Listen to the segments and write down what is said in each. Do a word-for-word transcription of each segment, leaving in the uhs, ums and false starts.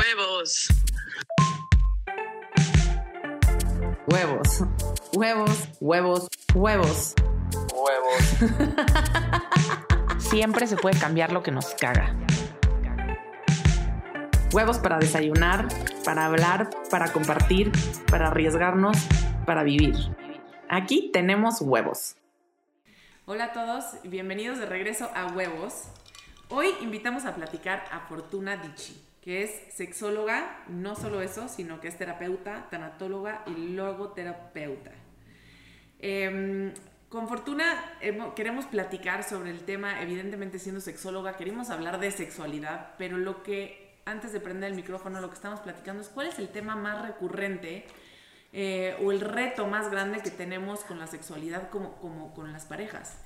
Huevos. Huevos. Huevos, huevos, huevos. Huevos. Siempre se puede cambiar lo que nos caga. Huevos para desayunar, para hablar, para compartir, para arriesgarnos, para vivir. Aquí tenemos huevos. Hola a todos, bienvenidos de regreso a Huevos. Hoy invitamos a platicar a Fortuna Dicci, que es sexóloga, no solo eso, sino que es terapeuta, tanatóloga y logoterapeuta. Eh, con Fortuna eh, queremos platicar sobre el tema, evidentemente siendo sexóloga, queremos hablar de sexualidad, pero lo que, antes de prender el micrófono, lo que estamos platicando es cuál es el tema más recurrente eh, o el reto más grande que tenemos con la sexualidad como, como con las parejas.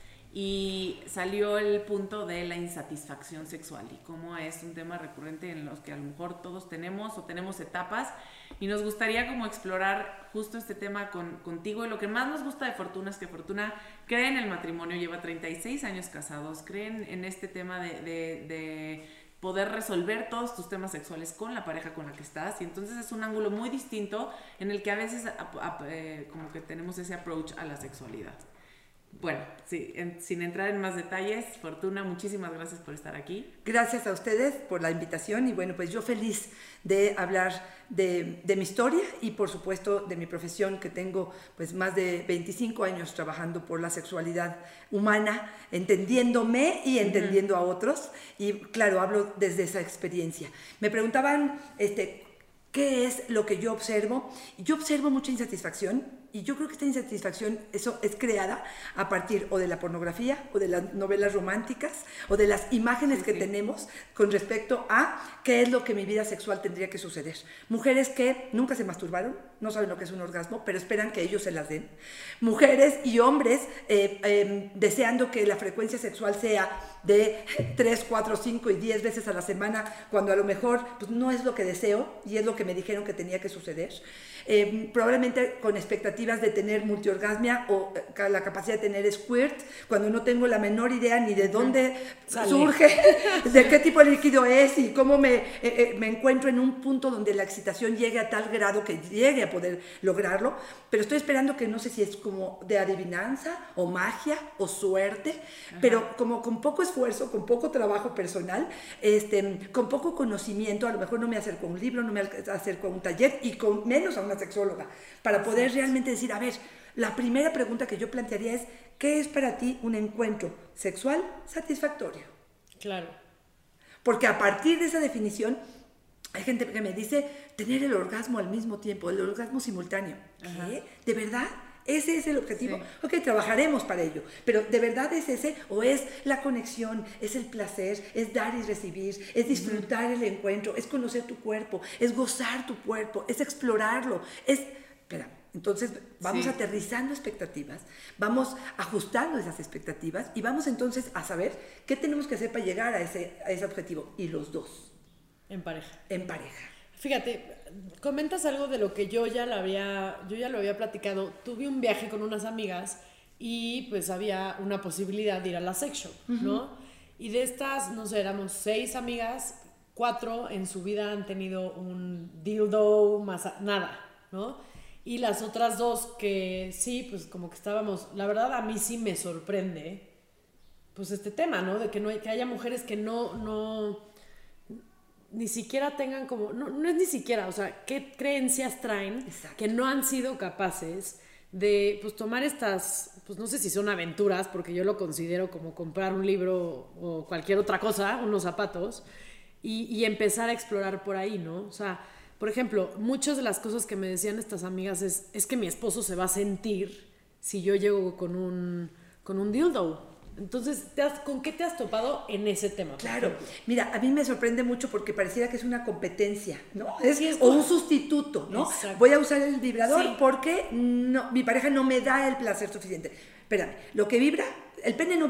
Y salió el punto de la insatisfacción sexual y cómo es un tema recurrente en los que a lo mejor todos tenemos o tenemos etapas, y nos gustaría como explorar justo este tema con, contigo. Y lo que más nos gusta de Fortuna es que Fortuna cree en el matrimonio, lleva treinta y seis años casados, cree en, en este tema de, de, de poder resolver todos tus temas sexuales con la pareja con la que estás, y entonces es un ángulo muy distinto en el que a veces a, a, eh, como que tenemos ese approach a la sexualidad. Bueno, sí, en, sin entrar en más detalles, Fortuna, muchísimas gracias por estar aquí. Gracias a ustedes por la invitación y bueno, pues yo feliz de hablar de, de mi historia y por supuesto de mi profesión, que tengo pues más de veinticinco años trabajando por la sexualidad humana, entendiéndome y entendiendo uh-huh. a otros, y claro, hablo desde esa experiencia. Me preguntaban, este, ¿qué es lo que yo observo? Yo observo mucha insatisfacción. Y yo creo que esta insatisfacción eso es creada a partir o de la pornografía o de las novelas románticas o de las imágenes sí, que sí. tenemos con respecto a qué es lo que en mi vida sexual tendría que suceder. Mujeres que nunca se masturbaron, no saben lo que es un orgasmo, pero esperan que ellos se las den. Mujeres y hombres eh, eh, deseando que la frecuencia sexual sea de tres, cuatro, cinco y diez veces a la semana, cuando a lo mejor pues, no es lo que deseo y es lo que me dijeron que tenía que suceder. Eh, probablemente con expectativas de tener multiorgasmia o eh, la capacidad de tener squirt, cuando no tengo la menor idea ni de dónde Sale. surge, de qué tipo de líquido es y cómo me, eh, eh, me encuentro en un punto donde la excitación llegue a tal grado que llegue a poder lograrlo, pero estoy esperando que no sé si es como de adivinanza o magia o suerte, Ajá. pero como con poco esfuerzo, con poco trabajo personal, este, con poco conocimiento, a lo mejor no me acerco a un libro, no me acerco a un taller y con menos a una sexóloga, para poder sí. realmente decir, a ver, la primera pregunta que yo plantearía es, ¿qué es para ti un encuentro sexual satisfactorio? Claro. Porque a partir de esa definición, hay gente que me dice tener el orgasmo al mismo tiempo, el orgasmo simultáneo. Ajá. ¿Qué? ¿De verdad? ¿Ese es el objetivo? Sí. Ok, trabajaremos para ello, pero ¿de verdad es ese? ¿O es la conexión, es el placer, es dar y recibir, es disfrutar uh-huh. el encuentro, es conocer tu cuerpo, es gozar tu cuerpo, es explorarlo, es... Espera, entonces vamos sí. aterrizando expectativas, vamos ajustando esas expectativas y vamos entonces a saber qué tenemos que hacer para llegar a ese, a ese objetivo, y los dos. En pareja. En pareja. Fíjate, comentas algo de lo que yo ya lo había, yo ya lo había platicado. Tuve un viaje con unas amigas y pues había una posibilidad de ir a la sex shop, uh-huh. ¿no? Y de estas, no sé, éramos seis amigas, cuatro en su vida han tenido un dildo, más a, nada, ¿no? Y las otras dos que sí, pues como que estábamos, la verdad a mí sí me sorprende, pues este tema, ¿no? De que, no hay, que haya mujeres que no... no ni siquiera tengan como, no, no es ni siquiera, o sea, qué creencias traen Exacto. que no han sido capaces de, pues, tomar estas, pues, no sé si son aventuras, porque yo lo considero como comprar un libro o cualquier otra cosa, unos zapatos, y, y empezar a explorar por ahí, ¿no? O sea, por ejemplo, muchas de las cosas que me decían estas amigas es, es que mi esposo se va a sentir si yo llego con un, con un dildo. Entonces, ¿te has, ¿con qué te has topado en ese tema? Claro, mira, a mí me sorprende mucho porque pareciera que es una competencia, ¿no? Es, es o un sustituto, ¿no? Exacto. Voy a usar el vibrador sí. porque no, mi pareja no me da el placer suficiente. Espérame, lo que vibra, el pene no vibra,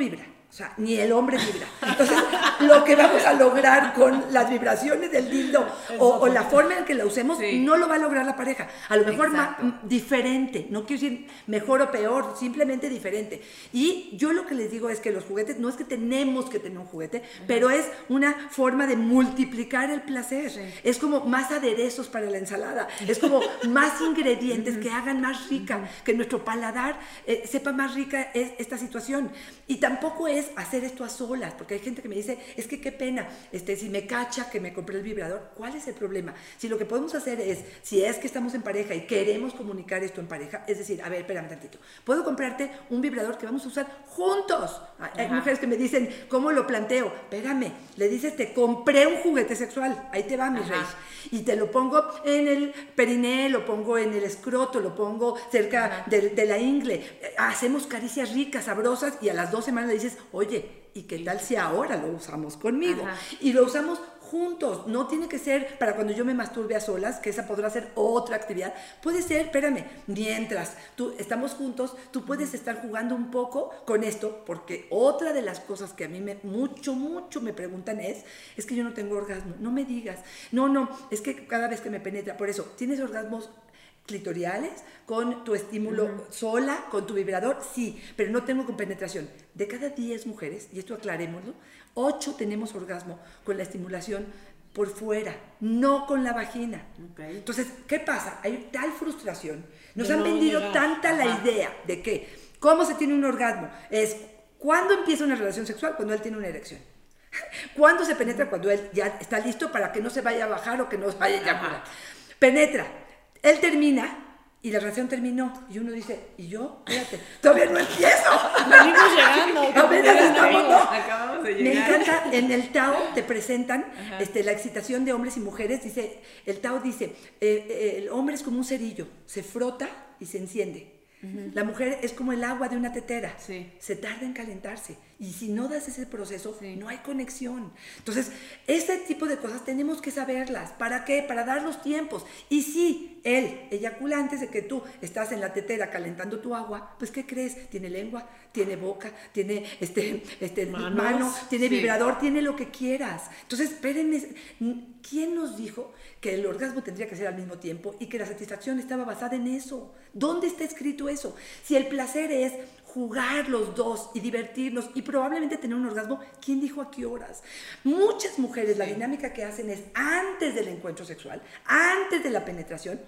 O sea, ni el hombre vibra. Entonces, lo que vamos a lograr con las vibraciones del dildo o, o la forma en que la usemos, sí. no lo va a lograr la pareja. A lo mejor más, diferente. No quiero decir mejor o peor, simplemente diferente. Y yo lo que les digo es que los juguetes, no es que tenemos que tener un juguete, uh-huh. pero es una forma de multiplicar el placer. Sí. Es como más aderezos para la ensalada. Es como más ingredientes uh-huh. que hagan más rica, uh-huh. que nuestro paladar eh, sepa más rica es esta situación. Y tampoco es hacer esto a solas, porque hay gente que me dice, es que qué pena, este, si me cacha que me compré el vibrador, ¿cuál es el problema? Si lo que podemos hacer es, si es que estamos en pareja y queremos comunicar esto en pareja, es decir, a ver, espérame tantito, puedo comprarte un vibrador que vamos a usar juntos. Hay Ajá. mujeres que me dicen, ¿cómo lo planteo? Espérame, le dices, te compré un juguete sexual, ahí te va mi Ajá. rey, y te lo pongo en el periné, lo pongo en el escroto, lo pongo cerca de, de la ingle, hacemos caricias ricas, sabrosas, y a las dos semanas le dices, oye, ¿y qué tal si ahora lo usamos conmigo? Ajá. Y lo usamos juntos, no tiene que ser para cuando yo me masturbe a solas, que esa podrá ser otra actividad, puede ser, espérame, mientras tú estamos juntos, tú puedes estar jugando un poco con esto, porque otra de las cosas que a mí me, mucho, mucho me preguntan es, es que yo no tengo orgasmo, no me digas, no, no, es que cada vez que me penetra, por eso, ¿tienes orgasmos clitoriales, con tu estímulo uh-huh. sola, con tu vibrador? Sí, pero no tengo con penetración. De cada diez mujeres, y esto aclarémoslo, ocho tenemos orgasmo con la estimulación por fuera, no con la vagina. Okay. Entonces, ¿qué pasa? Hay tal frustración. Nos de han no vendido llegar. tanta Ajá. la idea de que, ¿cómo se tiene un orgasmo? Es, ¿cuándo empieza una relación sexual? Cuando él tiene una erección. ¿Cuándo se penetra? Cuando él ya está listo para que no se vaya a bajar o que no vaya a eyacular. Penetra. Él termina y la relación terminó. Y uno dice, ¿y yo? Espérate, todavía no empiezo. Venimos llegando. Apenas estamos, ¿no? Acabamos de llegar. Me encanta, en el Tao te presentan este, la excitación de hombres y mujeres. Dice, el Tao dice, eh, eh, el hombre es como un cerillo, se frota y se enciende. Uh-huh. La mujer es como el agua de una tetera, sí. se tarda en calentarse, y si no das ese proceso, sí. no hay conexión. Entonces, ese tipo de cosas tenemos que saberlas. ¿Para qué? Para dar los tiempos. Y si él eyacula antes de que tú estás en la tetera calentando tu agua, pues ¿qué crees? Tiene lengua, tiene boca, tiene este, este, mano, tiene sí. vibrador, tiene lo que quieras. Entonces, espérenme, ¿quién nos dijo que el orgasmo tendría que ser al mismo tiempo y que la satisfacción estaba basada en eso? ¿Dónde está escrito eso? Si el placer es jugar los dos y divertirnos y probablemente tener un orgasmo, ¿quién dijo a qué horas? Muchas mujeres, sí. la dinámica que hacen es antes del encuentro sexual, antes de la penetración,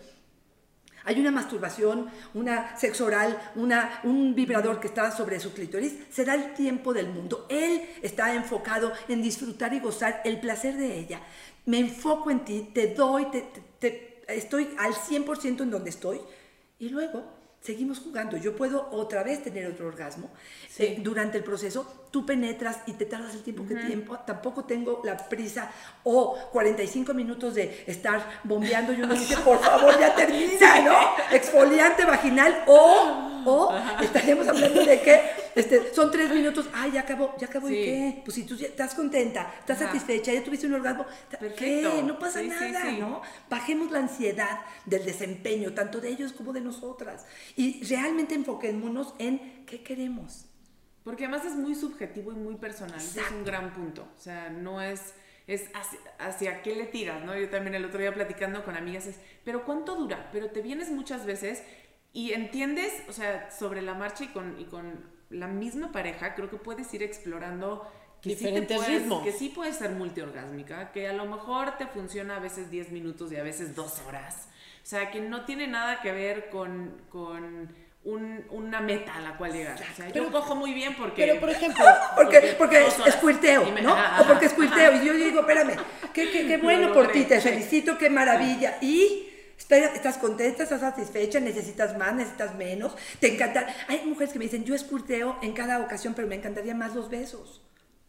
hay una masturbación, una sexo oral, una, un vibrador que está sobre su clítoris, se da el tiempo del mundo. Él está enfocado en disfrutar y gozar el placer de ella. Me enfoco en ti, te doy, te, te, te, estoy al cien por ciento en donde estoy, y luego seguimos jugando. Yo puedo otra vez tener otro orgasmo. Sí. Eh, durante el proceso, tú penetras y te tardas el tiempo uh-huh. que tiempo. Tampoco tengo la prisa o cuarenta y cinco minutos de estar bombeando y uno dice, por favor, ya termina, ¿no? Exfoliante vaginal o, o estaríamos hablando de que este, son tres minutos. Ay, ya acabó, ya acabó. Sí. ¿Y qué? Pues si tú ya estás contenta, estás Ajá. satisfecha, ya tuviste un orgasmo, Perfecto. ¿qué? No pasa sí, nada, sí, sí. ¿no? Bajemos la ansiedad del desempeño, tanto de ellos como de nosotras. Y realmente enfoquémonos en qué queremos. Porque además es muy subjetivo y muy personal. Ese es un gran punto. O sea, no es, es hacia, hacia qué le tiras, ¿no? Yo también el otro día platicando con amigas es, pero ¿cuánto dura? Pero te vienes muchas veces y entiendes, o sea, sobre la marcha y con, y con la misma pareja, creo que puedes ir explorando que diferentes sí te puedes, ritmos. Que sí puedes ser multiorgásmica, que a lo mejor te funciona a veces diez minutos y a veces dos horas. O sea, que no tiene nada que ver con, con un, una meta a la cual llegar. O sea, pero, yo cojo muy bien porque... Pero, por ejemplo... Porque, porque es, es cuirteo, ¿no? Ajá, o porque es cuirteo. Ajá. Y yo digo, espérame, qué, qué, qué bueno no, por ti, te felicito, qué maravilla. Y... estás contenta, estás satisfecha, necesitas más, necesitas menos, te encanta. Hay mujeres que me dicen, yo escurteo en cada ocasión, pero me encantaría más los besos.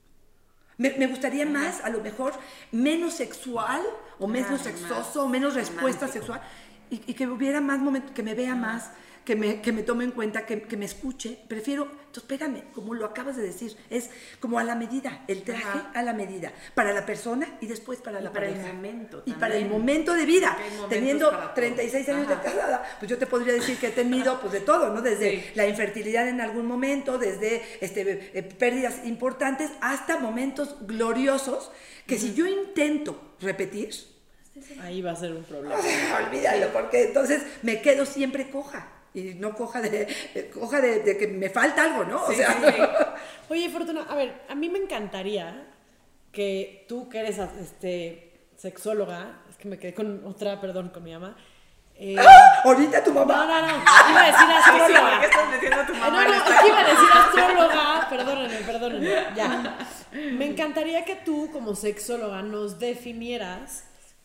Me, me gustaría Ajá. más, a lo mejor, menos sexual, o menos Ajá, sexoso, o menos respuesta Ajá. sexual, y, y que hubiera más momentos, que me vea Ajá. más, que me, que me tome en cuenta, que, que me escuche. Prefiero, entonces pégame, como lo acabas de decir, es como a la medida, el traje Ajá. a la medida, para la persona y después para y la para pareja. El momento y para el momento de vida. Teniendo treinta y seis años Ajá. de casada, pues yo te podría decir que he tenido pues de todo, ¿no? Desde sí. la infertilidad en algún momento, desde este, eh, pérdidas importantes, hasta momentos gloriosos que uh-huh. si yo intento repetir, ahí va a ser un problema. Olvídalo, porque entonces me quedo siempre coja. Y no coja de, coja de, de que me falta algo, ¿no? Sí, o sea, sí, sí. Oye, Fortuna, a ver, a mí me encantaría que tú, que eres este, sexóloga, es que me quedé con otra, perdón, con mi mamá. Eh, ¡Ah! ¿Ahorita tu mamá? No, no, no, iba a decir astróloga. ¿Por qué estás metiendo a tu mamá? No, no, es que iba a decir astróloga, perdónenme, perdónenme, ya. Me encantaría que tú, como sexóloga, nos definieras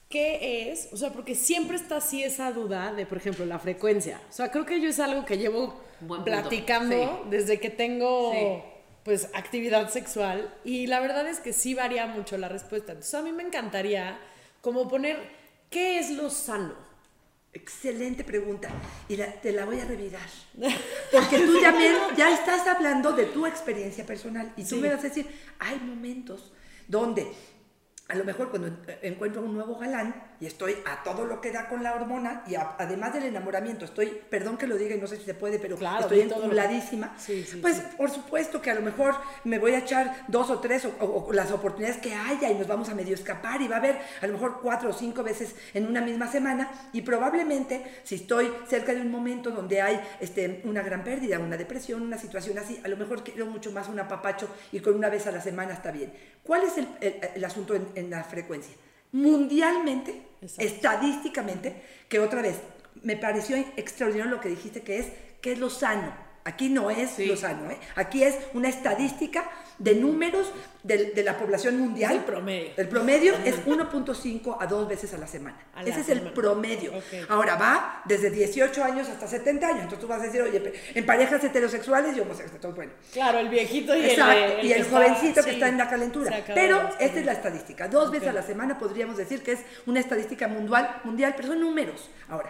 qué es, o sea, porque siempre está así esa duda de, por ejemplo, la frecuencia. O sea, creo que yo es algo que llevo Buen platicando sí. desde que tengo, sí. pues, actividad sexual, y la verdad es que sí varía mucho la respuesta. Entonces, a mí me encantaría como poner, ¿qué es lo sano? Excelente pregunta, y la, te la voy a revirar, porque tú ya, me, ya estás hablando de tu experiencia personal, y tú sí. me vas a decir, hay momentos donde a lo mejor cuando encuentro un nuevo galán y estoy a todo lo que da con la hormona y a, además del enamoramiento, estoy, perdón que lo diga y no sé si se puede, pero claro, estoy enculadísima, lo... sí, sí, pues sí. por supuesto que a lo mejor me voy a echar dos o tres o, o, o las oportunidades que haya y nos vamos a medio escapar y va a haber a lo mejor cuatro o cinco veces en una misma semana y probablemente si estoy cerca de un momento donde hay este, una gran pérdida, una depresión, una situación así, a lo mejor quiero mucho más un apapacho y con una vez a la semana está bien. ¿Cuál es el, el, el asunto en, en la frecuencia? Mundialmente, Exacto. estadísticamente, que otra vez me pareció extraordinario lo que dijiste, que es, ¿qué es lo sano? Aquí no es sí. lo sano, ¿eh? Aquí es una estadística de números de, de la población mundial. Es el promedio. El promedio es uno punto cinco a dos veces a la semana. A la Ese es semana. El promedio. Okay. Ahora va desde dieciocho años hasta setenta años. Entonces tú vas a decir, oye, en parejas heterosexuales y homosexuales, bueno. Claro, el viejito y Exacto, el, el y el que jovencito está, que sí, está en la calentura. Pero esta es la estadística. Dos okay. veces a la semana podríamos decir que es una estadística mundial, mundial, pero son números. Ahora,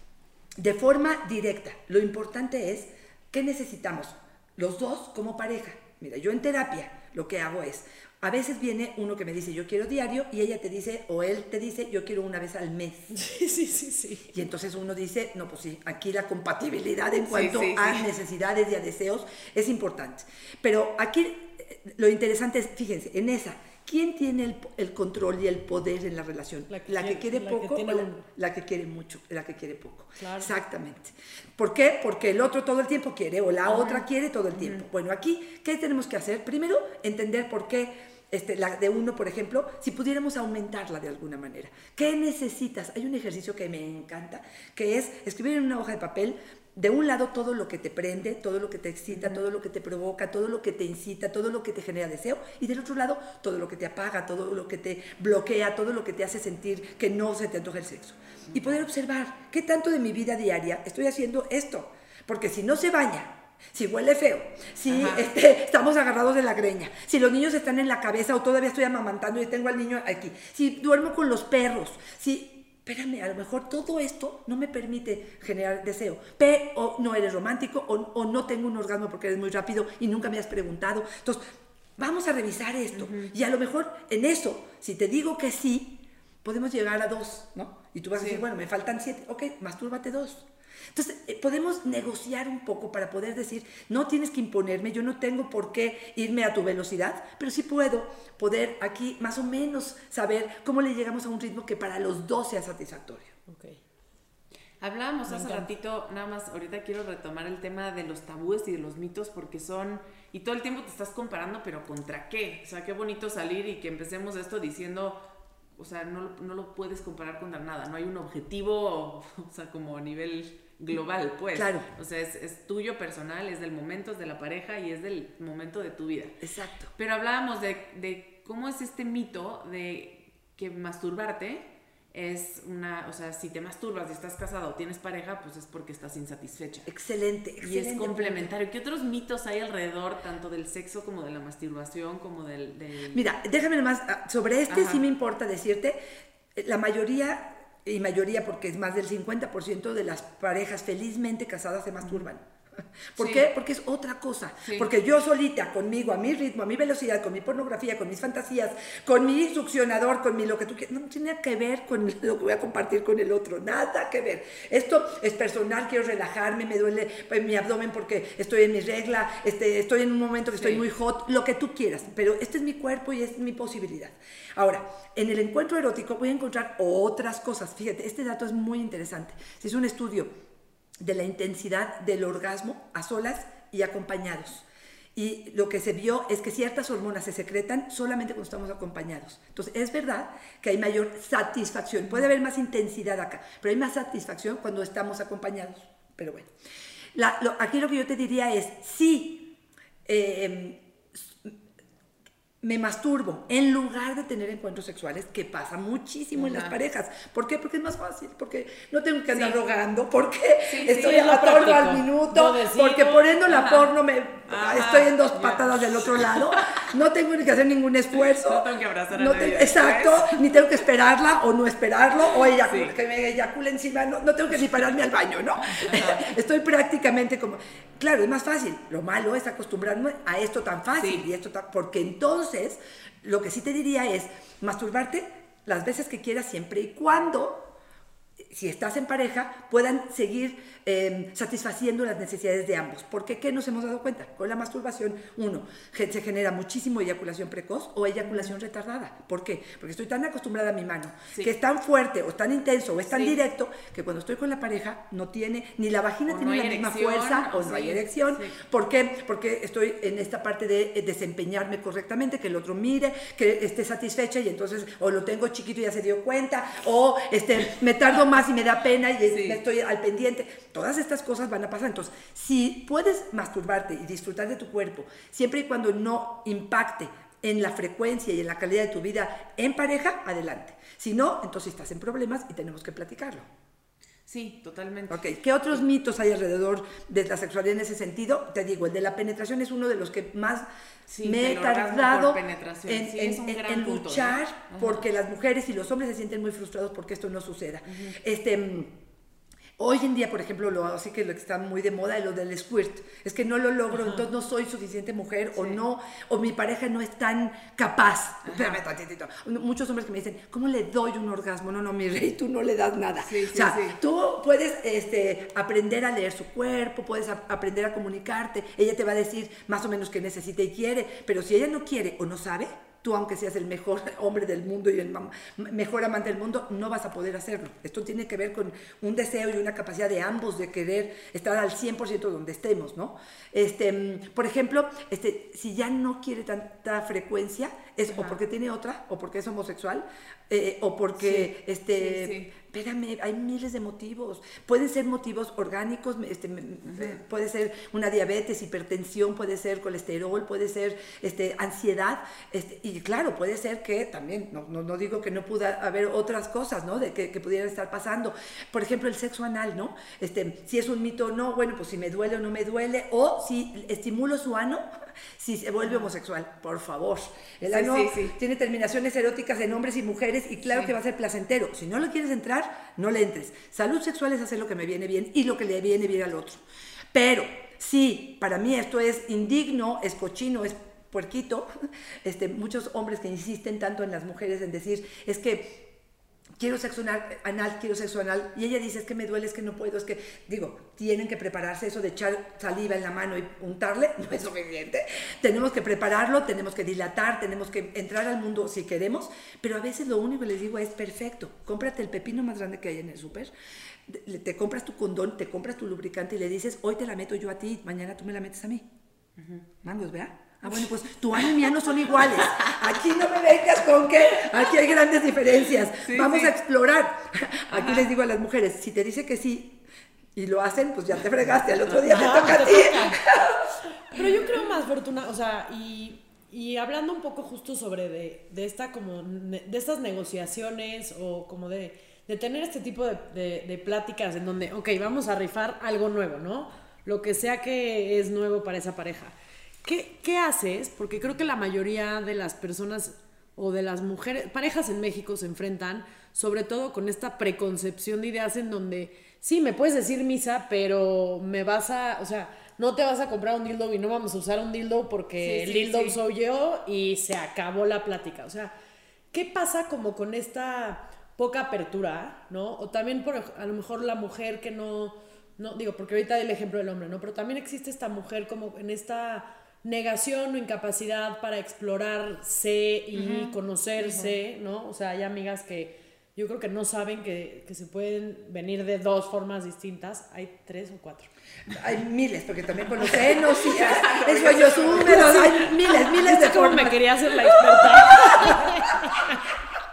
de forma directa, lo importante es ¿qué necesitamos? Los dos como pareja. Mira, yo en terapia lo que hago es, a veces viene uno que me dice yo quiero diario y ella te dice o él te dice yo quiero una vez al mes. Sí, sí, sí, sí. Y entonces uno dice, no, pues sí, aquí la compatibilidad en cuanto sí, sí, a sí. necesidades y a deseos es importante. Pero aquí lo interesante es, fíjense, en esa, ¿quién tiene el, el control y el poder en la relación? La que, la que quiere la poco que o la, la que quiere mucho, la que quiere poco. Claro. Exactamente. ¿Por qué? Porque el otro todo el tiempo quiere o la uh-huh. otra quiere todo el tiempo. Uh-huh. Bueno, aquí, ¿qué tenemos que hacer? Primero, entender por qué este, la de uno, por ejemplo, si pudiéramos aumentarla de alguna manera. ¿Qué necesitas? Hay un ejercicio que me encanta, que es escribir en una hoja de papel de un lado todo lo que te prende, todo lo que te excita, uh-huh. todo lo que te provoca, todo lo que te incita, todo lo que te genera deseo, y del otro lado todo lo que te apaga, todo lo que te bloquea, todo lo que te hace sentir que no se te antoja el sexo. Uh-huh. Y poder observar qué tanto de mi vida diaria estoy haciendo esto, porque si no se baña, si huele feo, si este, estamos agarrados de la greña, si los niños están en la cabeza o todavía estoy amamantando y tengo al niño aquí, si duermo con los perros, si... Espérame, a lo mejor todo esto no me permite generar deseo. P, o no eres romántico, o, o no tengo un orgasmo porque eres muy rápido y nunca me has preguntado. Entonces, vamos a revisar esto. Uh-huh. Y a lo mejor en eso, si te digo que sí, podemos llegar a dos, ¿no? Y tú vas sí. a decir, bueno, me faltan siete. Ok, mastúrbate dos. Entonces, eh, podemos negociar un poco para poder decir, no tienes que imponerme, yo no tengo por qué irme a tu velocidad, pero sí puedo poder aquí más o menos saber cómo le llegamos a un ritmo que para los dos sea satisfactorio. Okay. Hablábamos hace ratito, nada más, ahorita quiero retomar el tema de los tabúes y de los mitos porque son, y todo el tiempo te estás comparando, pero ¿contra qué? O sea, qué bonito salir y que empecemos esto diciendo... O sea, no, no lo puedes comparar contra nada, no hay un objetivo, o sea, como a nivel global, pues. Claro. O sea, es, es tuyo personal, es del momento, es de la pareja y es del momento de tu vida. Exacto. Pero hablábamos de, de cómo es este mito de que masturbarte es una, o sea, si te masturbas y estás casado o tienes pareja, pues es porque estás insatisfecha. Excelente, excelente. Y es complementario. ¿Qué otros mitos hay alrededor, tanto del sexo como de la masturbación, como del... del... Mira, déjame nomás, sobre este Ajá. sí me importa decirte, la mayoría, y mayoría porque es más del cincuenta por ciento de las parejas felizmente casadas se masturban. ¿Por sí. qué? Porque es otra cosa. Sí. Porque yo solita, conmigo, a mi ritmo, a mi velocidad, con mi pornografía, con mis fantasías, con mi succionador, con mi lo que tú quieras, no tiene que ver con lo que voy a compartir con el otro, nada que ver. Esto es personal, quiero relajarme, me duele mi abdomen porque estoy en mi regla, este, estoy en un momento que estoy sí. muy hot, lo que tú quieras, pero este es mi cuerpo y es mi posibilidad. Ahora, en el encuentro erótico voy a encontrar otras cosas. Fíjate, este dato es muy interesante. Si es un estudio de la intensidad del orgasmo a solas y acompañados. Y lo que se vio es que ciertas hormonas se secretan solamente cuando estamos acompañados. Entonces, es verdad que hay mayor satisfacción. Puede haber más intensidad acá, pero hay más satisfacción cuando estamos acompañados. Pero bueno, la, lo, aquí lo que yo te diría es, sí, eh, me masturbo en lugar de tener encuentros sexuales, que pasa muchísimo en las parejas. ¿Por qué? Porque es más fácil, porque no tengo que andar sí. rogando, porque sí, estoy sí, a todo al minuto, porque poniendo la Ajá. porno me Ajá. estoy en dos patadas ya. del otro lado, no tengo ni que hacer ningún esfuerzo. No tengo que abrazar a no nadie. Te, exacto, ni tengo que esperarla o no esperarlo, o ella sí. que me eyacule encima, no, no tengo que ni pararme al baño, ¿no? Estoy prácticamente como... Claro, es más fácil. Lo malo es acostumbrarme a esto tan fácil, sí. y esto tan, porque entonces lo que sí te diría es masturbarte las veces que quieras, siempre y cuando, si estás en pareja, puedan seguir eh, satisfaciendo las necesidades de ambos. Porque ¿qué nos hemos dado cuenta? Con la masturbación, uno, se genera muchísimo eyaculación precoz o eyaculación retardada. ¿Por qué? Porque estoy tan acostumbrada a mi mano, sí. que es tan fuerte o tan intenso o es tan sí. directo, que cuando estoy con la pareja no tiene, ni la vagina o tiene no la misma fuerza o, o no sí. hay erección. Sí. ¿Por qué? Porque estoy en esta parte de desempeñarme correctamente, que el otro mire, que esté satisfecha y entonces o lo tengo chiquito y ya se dio cuenta, o este, me tardo más y me da pena y sí. estoy al pendiente. Todas estas cosas van a pasar. Entonces, si puedes masturbarte y disfrutar de tu cuerpo, siempre y cuando no impacte en la frecuencia y en la calidad de tu vida en pareja, adelante. Si no, entonces estás en problemas y tenemos que platicarlo. Sí, totalmente. Ok, ¿qué otros mitos hay alrededor de la sexualidad en ese sentido? Te digo, el de la penetración es uno de los que más sí, me he tardado en, sí, en, en, en luchar, ¿no? Porque las mujeres y los hombres se sienten muy frustrados porque esto no suceda. Uh-huh. Este... Hoy en día, por ejemplo, lo así que lo que está muy de moda es lo del squirt. Es que no lo logro, Ajá. entonces no soy suficiente mujer, sí. o no, o mi pareja no es tan capaz. Espérame tantito. Muchos hombres que me dicen, ¿cómo le doy un orgasmo? No, no, mi rey, tú no le das nada. Sí, sí, o sea, sí. tú puedes este, aprender a leer su cuerpo, puedes a, aprender a comunicarte. Ella te va a decir más o menos qué necesita y quiere, pero si ella no quiere o no sabe, tú, aunque seas el mejor hombre del mundo y el mejor amante del mundo, no vas a poder hacerlo. Esto tiene que ver con un deseo y una capacidad de ambos de querer estar al cien por ciento donde estemos, ¿no? Este, por ejemplo, este, si ya no quiere tanta frecuencia, es Ajá. o porque tiene otra, o porque es homosexual, eh, o porque, sí, este, sí, sí. espérame, hay miles de motivos. Pueden ser motivos orgánicos, este, uh-huh. puede ser una diabetes, hipertensión, puede ser colesterol, puede ser este, ansiedad, este, y claro, puede ser que también, no, no, no digo que no pueda haber otras cosas, ¿no? De que, que pudieran estar pasando. Por ejemplo, el sexo anal, ¿no? Este, si es un mito o no, bueno, pues si me duele o no me duele, o si estimulo su ano, si se vuelve homosexual, por favor. El ano sí, sí, sí. tiene terminaciones eróticas en hombres y mujeres y claro sí. que va a ser placentero. Si no lo quieres entrar, no le entres. Salud sexual es hacer lo que me viene bien y lo que le viene bien al otro. Pero sí, para mí esto es indigno, es cochino, es puerquito. Este, muchos hombres que insisten tanto en las mujeres en decir, es que quiero sexo anal, quiero sexo anal, y ella dice, es que me duele, es que no puedo, es que, digo, tienen que prepararse. Eso de echar saliva en la mano y untarle no es suficiente. Tenemos que prepararlo, tenemos que dilatar, tenemos que entrar al mundo si queremos, pero a veces lo único que les digo es, perfecto, cómprate el pepino más grande que hay en el súper, te compras tu condón, te compras tu lubricante y le dices, hoy te la meto yo a ti, mañana tú me la metes a mí. Uh-huh. Mangos, ¿verdad? Ah, bueno, pues tu ano y mi ano son iguales. Aquí no me vengas con que aquí hay grandes diferencias. Sí, Vamos sí. a explorar. Aquí Ajá. les digo a las mujeres, si te dice que sí y lo hacen, pues ya te fregaste. Al otro día Ajá, te toca te a ti. Toca. Pero yo creo más fortuna, o sea, y, y hablando un poco justo sobre de, de esta como de estas negociaciones o como de, de tener este tipo de, de, de pláticas en donde, ok, vamos a rifar algo nuevo, ¿no? Lo que sea que es nuevo para esa pareja. ¿Qué, ¿Qué haces? Porque creo que la mayoría de las personas o de las mujeres, parejas en México se enfrentan sobre todo con esta preconcepción de ideas en donde sí, me puedes decir misa, pero me vas a, o sea, no te vas a comprar un dildo y no vamos a usar un dildo porque sí, sí, el dildo sí. soy yo y se acabó la plática. O sea, ¿qué pasa como con esta poca apertura, ¿no? O también por a lo mejor la mujer que no, no digo, porque ahorita el ejemplo del hombre, ¿no? Pero también existe esta mujer como en esta negación o incapacidad para explorarse y uh-huh. conocerse, uh-huh. ¿no? O sea, hay amigas que yo creo que no saben que, que se pueden venir de dos formas distintas. ¿Hay tres o cuatro? Hay miles, porque también con los senos y eso yo números, hay miles, miles de formas. Me quería hacer la experta.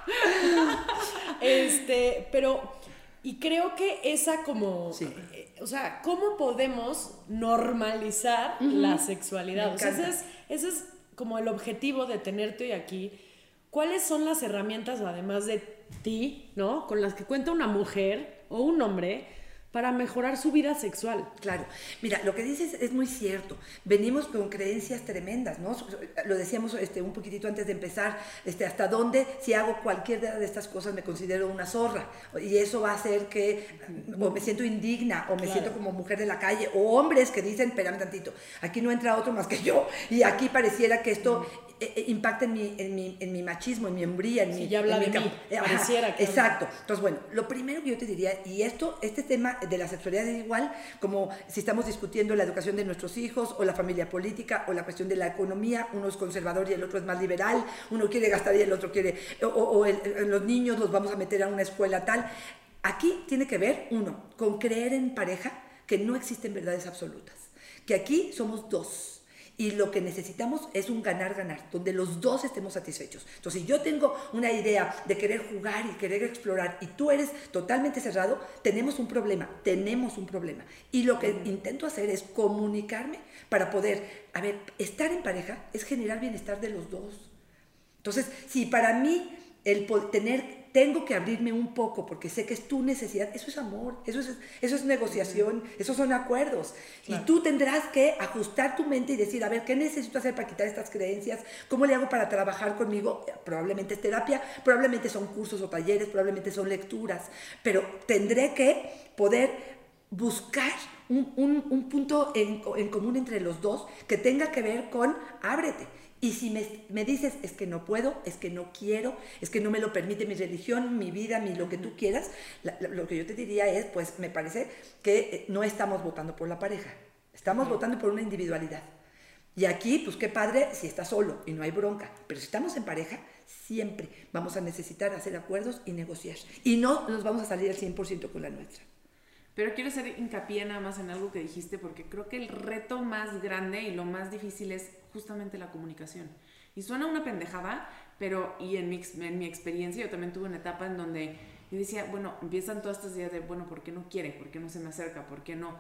este, pero, y creo que esa como, sí. eh, o sea, ¿cómo podemos normalizar uh-huh. la sexualidad? O sea, ese es, ese es como el objetivo de tenerte hoy aquí. ¿Cuáles son las herramientas, además de ti, ¿no? Con las que cuenta una mujer o un hombre para mejorar su vida sexual? Claro. Mira, lo que dices es muy cierto. Venimos con creencias tremendas, ¿no? Lo decíamos este, un poquitito antes de empezar, este, hasta dónde, si hago cualquier de estas cosas, me considero una zorra. Y eso va a hacer que o me siento indigna, o me claro. siento como mujer de la calle, o hombres que dicen, espérame tantito, aquí no entra otro más que yo, y aquí pareciera que esto... Mm. impacta en mi, en, mi, en mi machismo, en mi hombría, en sí, mi... ya habla en de mi mí, pareciera que... Exacto. Entonces, bueno, lo primero que yo te diría, y esto, este tema de la sexualidad es igual como si estamos discutiendo la educación de nuestros hijos, o la familia política, o la cuestión de la economía, uno es conservador y el otro es más liberal, uno quiere gastar y el otro quiere... O, o el, el, los niños los vamos a meter a una escuela tal. Aquí tiene que ver, uno, con creer en pareja que no existen verdades absolutas, que aquí somos dos. Y lo que necesitamos es un ganar-ganar, donde los dos estemos satisfechos. Entonces, si yo tengo una idea de querer jugar y querer explorar, y tú eres totalmente cerrado, tenemos un problema, tenemos un problema. Y lo que intento hacer es comunicarme para poder, a ver, estar en pareja es generar bienestar de los dos. Entonces, si para mí el tener... tengo que abrirme un poco porque sé que es tu necesidad, eso es amor, eso es, eso es negociación, esos son acuerdos. Claro. Y tú tendrás que ajustar tu mente y decir, a ver, ¿qué necesito hacer para quitar estas creencias? ¿Cómo le hago para trabajar conmigo? Probablemente es terapia, probablemente son cursos o talleres, probablemente son lecturas, pero tendré que poder buscar un, un, un punto en, en común entre los dos que tenga que ver con ábrete. Y si me, me dices, es que no puedo, es que no quiero, es que no me lo permite mi religión, mi vida, mi lo que tú quieras, la, la, lo que yo te diría es, pues me parece que no estamos votando por la pareja, estamos uh-huh. votando por una individualidad. Y aquí, pues qué padre si estás solo y no hay bronca, pero si estamos en pareja, siempre vamos a necesitar hacer acuerdos y negociar. Y no nos vamos a salir al cien por ciento con la nuestra. Pero quiero hacer hincapié nada más en algo que dijiste, porque creo que el reto más grande y lo más difícil es justamente la comunicación. Y suena una pendejada, pero y en mi, en mi experiencia yo también tuve una etapa en donde yo decía, bueno, empiezan todas estas ideas de, bueno, ¿por qué no quiere? ¿Por qué no se me acerca? ¿Por qué no?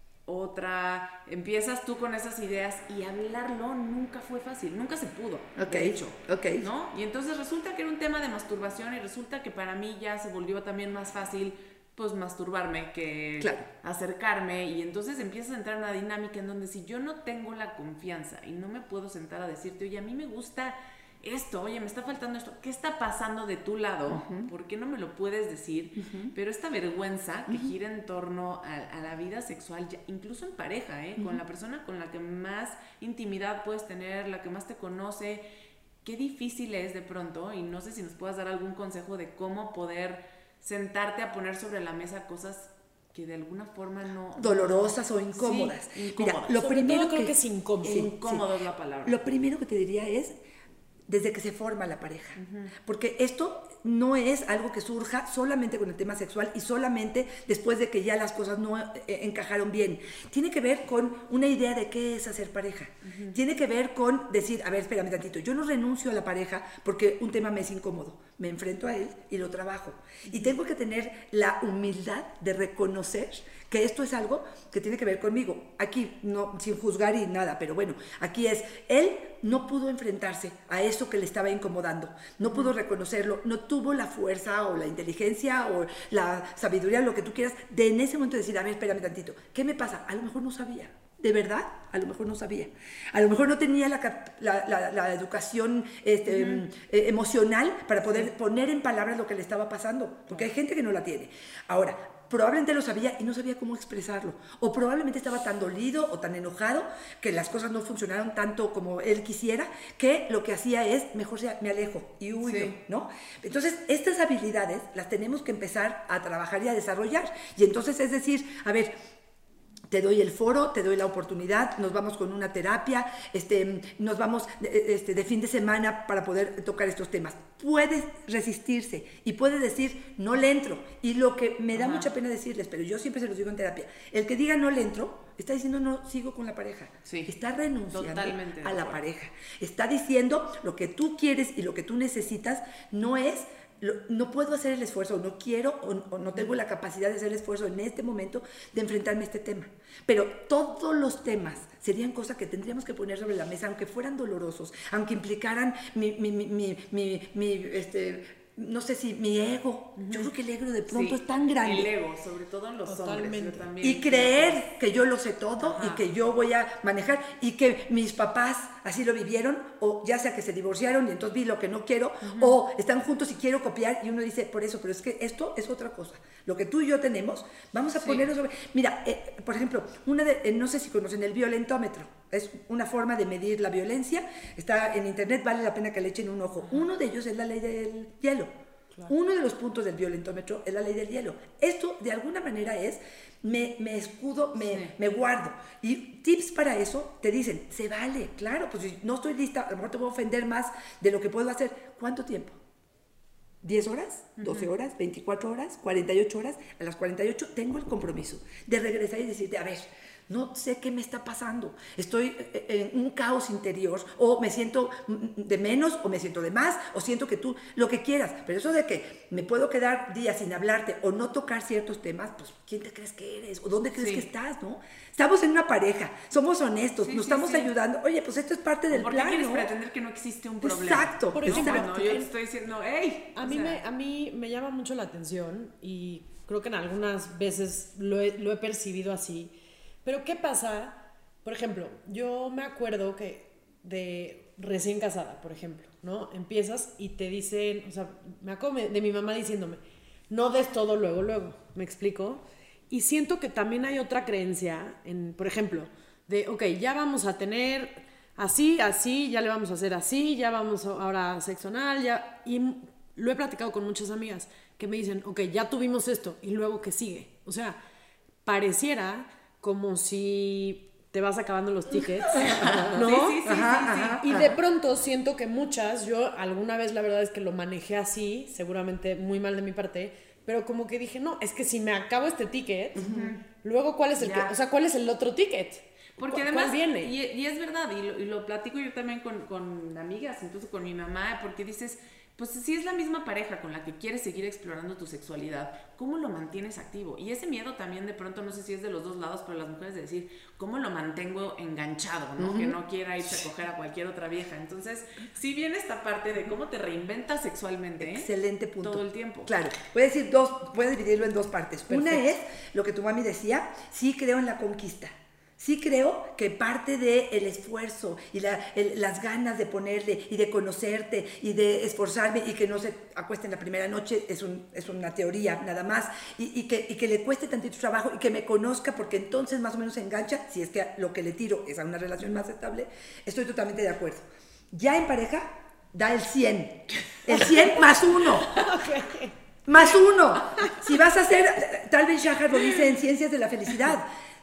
Otra, empiezas tú con esas ideas y hablarlo nunca fue fácil, nunca se pudo, okay, de hecho, okay. ¿no? Y entonces resulta que era un tema de masturbación y resulta que para mí ya se volvió también más fácil pues masturbarme que claro. acercarme, y entonces empiezas a entrar en una dinámica en donde si yo no tengo la confianza y no me puedo sentar a decirte, oye, a mí me gusta esto, oye, me está faltando esto, ¿qué está pasando de tu lado? Uh-huh. ¿Por qué no me lo puedes decir? Uh-huh. Pero esta vergüenza que uh-huh. gira en torno a, a la vida sexual, ya, incluso en pareja, ¿eh? Uh-huh. Con la persona con la que más intimidad puedes tener, la que más te conoce, qué difícil es de pronto, y no sé si nos puedas dar algún consejo de cómo poder sentarte a poner sobre la mesa cosas que de alguna forma no... dolorosas o incómodas. Sí, incómodas. Mira, lo sobre primero todo que, creo que es incómodo. Sí, incómodo sí. es la palabra. Lo primero que te diría es desde que se forma la pareja. Uh-huh. Porque esto no es algo que surja solamente con el tema sexual y solamente después de que ya las cosas no eh, encajaron bien. Tiene que ver con una idea de qué es hacer pareja. Uh-huh. Tiene que ver con decir, a ver, espérame tantito, yo no renuncio a la pareja porque un tema me es incómodo. Me enfrento a él y lo trabajo. Uh-huh. Y tengo que tener la humildad de reconocer que esto es algo que tiene que ver conmigo. Aquí, no, sin juzgar y nada, pero bueno, aquí es, él no pudo enfrentarse a eso que le estaba incomodando, no pudo reconocerlo, no tuvo la fuerza o la inteligencia o la sabiduría, lo que tú quieras, de en ese momento decir, a ver, espérame tantito, ¿qué me pasa? A lo mejor no sabía. de verdad, a lo mejor no sabía. A lo mejor no tenía la, la, la, la educación este, uh-huh. eh, emocional para poder sí. poner en palabras lo que le estaba pasando, porque hay gente que no la tiene. Ahora, probablemente lo sabía y no sabía cómo expresarlo, o probablemente estaba tan dolido o tan enojado que las cosas no funcionaron tanto como él quisiera, que lo que hacía es, mejor sea, me alejo y huyo, sí. ¿no? Entonces, estas habilidades las tenemos que empezar a trabajar y a desarrollar, y entonces es decir, a ver, te doy el foro, te doy la oportunidad, nos vamos con una terapia, este, nos vamos este, de fin de semana para poder tocar estos temas. Puedes resistirse y puedes decir, no le entro. Y lo que me da Ajá. mucha pena decirles, pero yo siempre se los digo en terapia, el que diga no le entro, está diciendo no sigo con la pareja. Sí. Está renunciando Totalmente a la pareja. Está diciendo lo que tú quieres y lo que tú necesitas no es... no puedo hacer el esfuerzo, no quiero o, o no tengo la capacidad de hacer el esfuerzo en este momento de enfrentarme a este tema. Pero todos los temas serían cosas que tendríamos que poner sobre la mesa, aunque fueran dolorosos, aunque implicaran mi, mi, mi, mi, mi, mi este... no sé si mi ego, uh-huh. yo creo que el ego de pronto sí, es tan grande. El ego, sobre todo en los Totalmente. hombres. Yo también y creer que yo lo sé todo Ajá. y que yo voy a manejar y que mis papás así lo vivieron, o ya sea que se divorciaron y entonces vi lo que no quiero, uh-huh. o están juntos y quiero copiar y uno dice, por eso, pero es que esto es otra cosa. Lo que tú y yo tenemos, vamos a sí. ponerlo sobre... Mira, eh, por ejemplo, una de, eh, no sé si conocen el violentómetro, es una forma de medir la violencia, está en internet, vale la pena que le echen un ojo. Uno de ellos es la ley del hielo. Claro. Uno de los puntos del violentómetro es la ley del hielo. Esto, de alguna manera, es, me, me escudo, me, sí. me guardo. Y tips para eso te dicen, se vale, claro, pues si no estoy lista, a lo mejor te voy a ofender más de lo que puedo hacer. ¿Cuánto tiempo? ¿diez horas? ¿doce horas? ¿veinticuatro horas? ¿cuarenta y ocho horas? A las cuarenta y ocho tengo el compromiso de regresar y decirte, a ver, no sé qué me está pasando, estoy en un caos interior, o me siento de menos, o me siento de más, o siento que tú, lo que quieras, pero eso de que me puedo quedar días sin hablarte, o no tocar ciertos temas, pues, ¿quién te crees que eres? ¿O dónde crees sí. que estás, no? Estamos en una pareja, somos honestos, sí, nos sí, estamos sí. ayudando, oye, pues esto es parte del plan, ¿no? ¿Por qué quieres pretender que no existe un problema? Exacto, por ejemplo, exacto. No, yo te estoy diciendo, hey, a mí, sea... me, a mí me llama mucho la atención, y creo que en algunas veces lo he, lo he percibido así. Pero ¿qué pasa? Por ejemplo, yo me acuerdo que de recién casada, por ejemplo, ¿no? Empiezas y te dicen, o sea, me acuerdo de mi mamá diciéndome, no des todo luego, luego, ¿me explico? Y siento que también hay otra creencia, en, por ejemplo, de, ok, ya vamos a tener así, así, ya le vamos a hacer así, ya vamos ahora a sexo anal, ya... Y lo he platicado con muchas amigas que me dicen, ok, ya tuvimos esto, y luego ¿qué sigue? O sea, pareciera... como si te vas acabando los tickets, ¿no? Sí, sí, sí, ajá, sí, sí. Ajá, y de pronto siento que muchas, yo alguna vez la verdad es que lo manejé así, seguramente muy mal de mi parte, pero como que dije, no, es que si me acabo este ticket, uh-huh. luego ¿cuál es el, que, o sea, cuál es el otro ticket? Porque además, viene? Y, y es verdad, y lo, y lo platico yo también con, con amigas, incluso con mi mamá, porque dices, pues si es la misma pareja con la que quieres seguir explorando tu sexualidad, ¿cómo lo mantienes activo? Y ese miedo también de pronto, no sé si es de los dos lados, pero las mujeres de decir, ¿cómo lo mantengo enganchado? ¿No? Uh-huh. Que no quiera irse a coger a cualquier otra vieja. Entonces, sí viene esta parte de cómo te reinventas sexualmente. ¿eh? Excelente punto. Todo el tiempo. Claro, voy a decir dos, voy a dividirlo en dos partes. Perfecto. Una es lo que tu mami decía, sí creo en la conquista. Sí creo que parte del esfuerzo y la, el, las ganas de ponerle y de conocerte y de esforzarme y que no se acueste en la primera noche es, un, es una teoría nada más y, y, que, y que le cueste tantito trabajo y que me conozca porque entonces más o menos se engancha, si es que lo que le tiro es a una relación más estable, estoy totalmente de acuerdo. Ya en pareja da el cien, el cien más uno. Okay. Más uno. Si vas a hacer, tal vez Shahar lo dice en Ciencias de la Felicidad,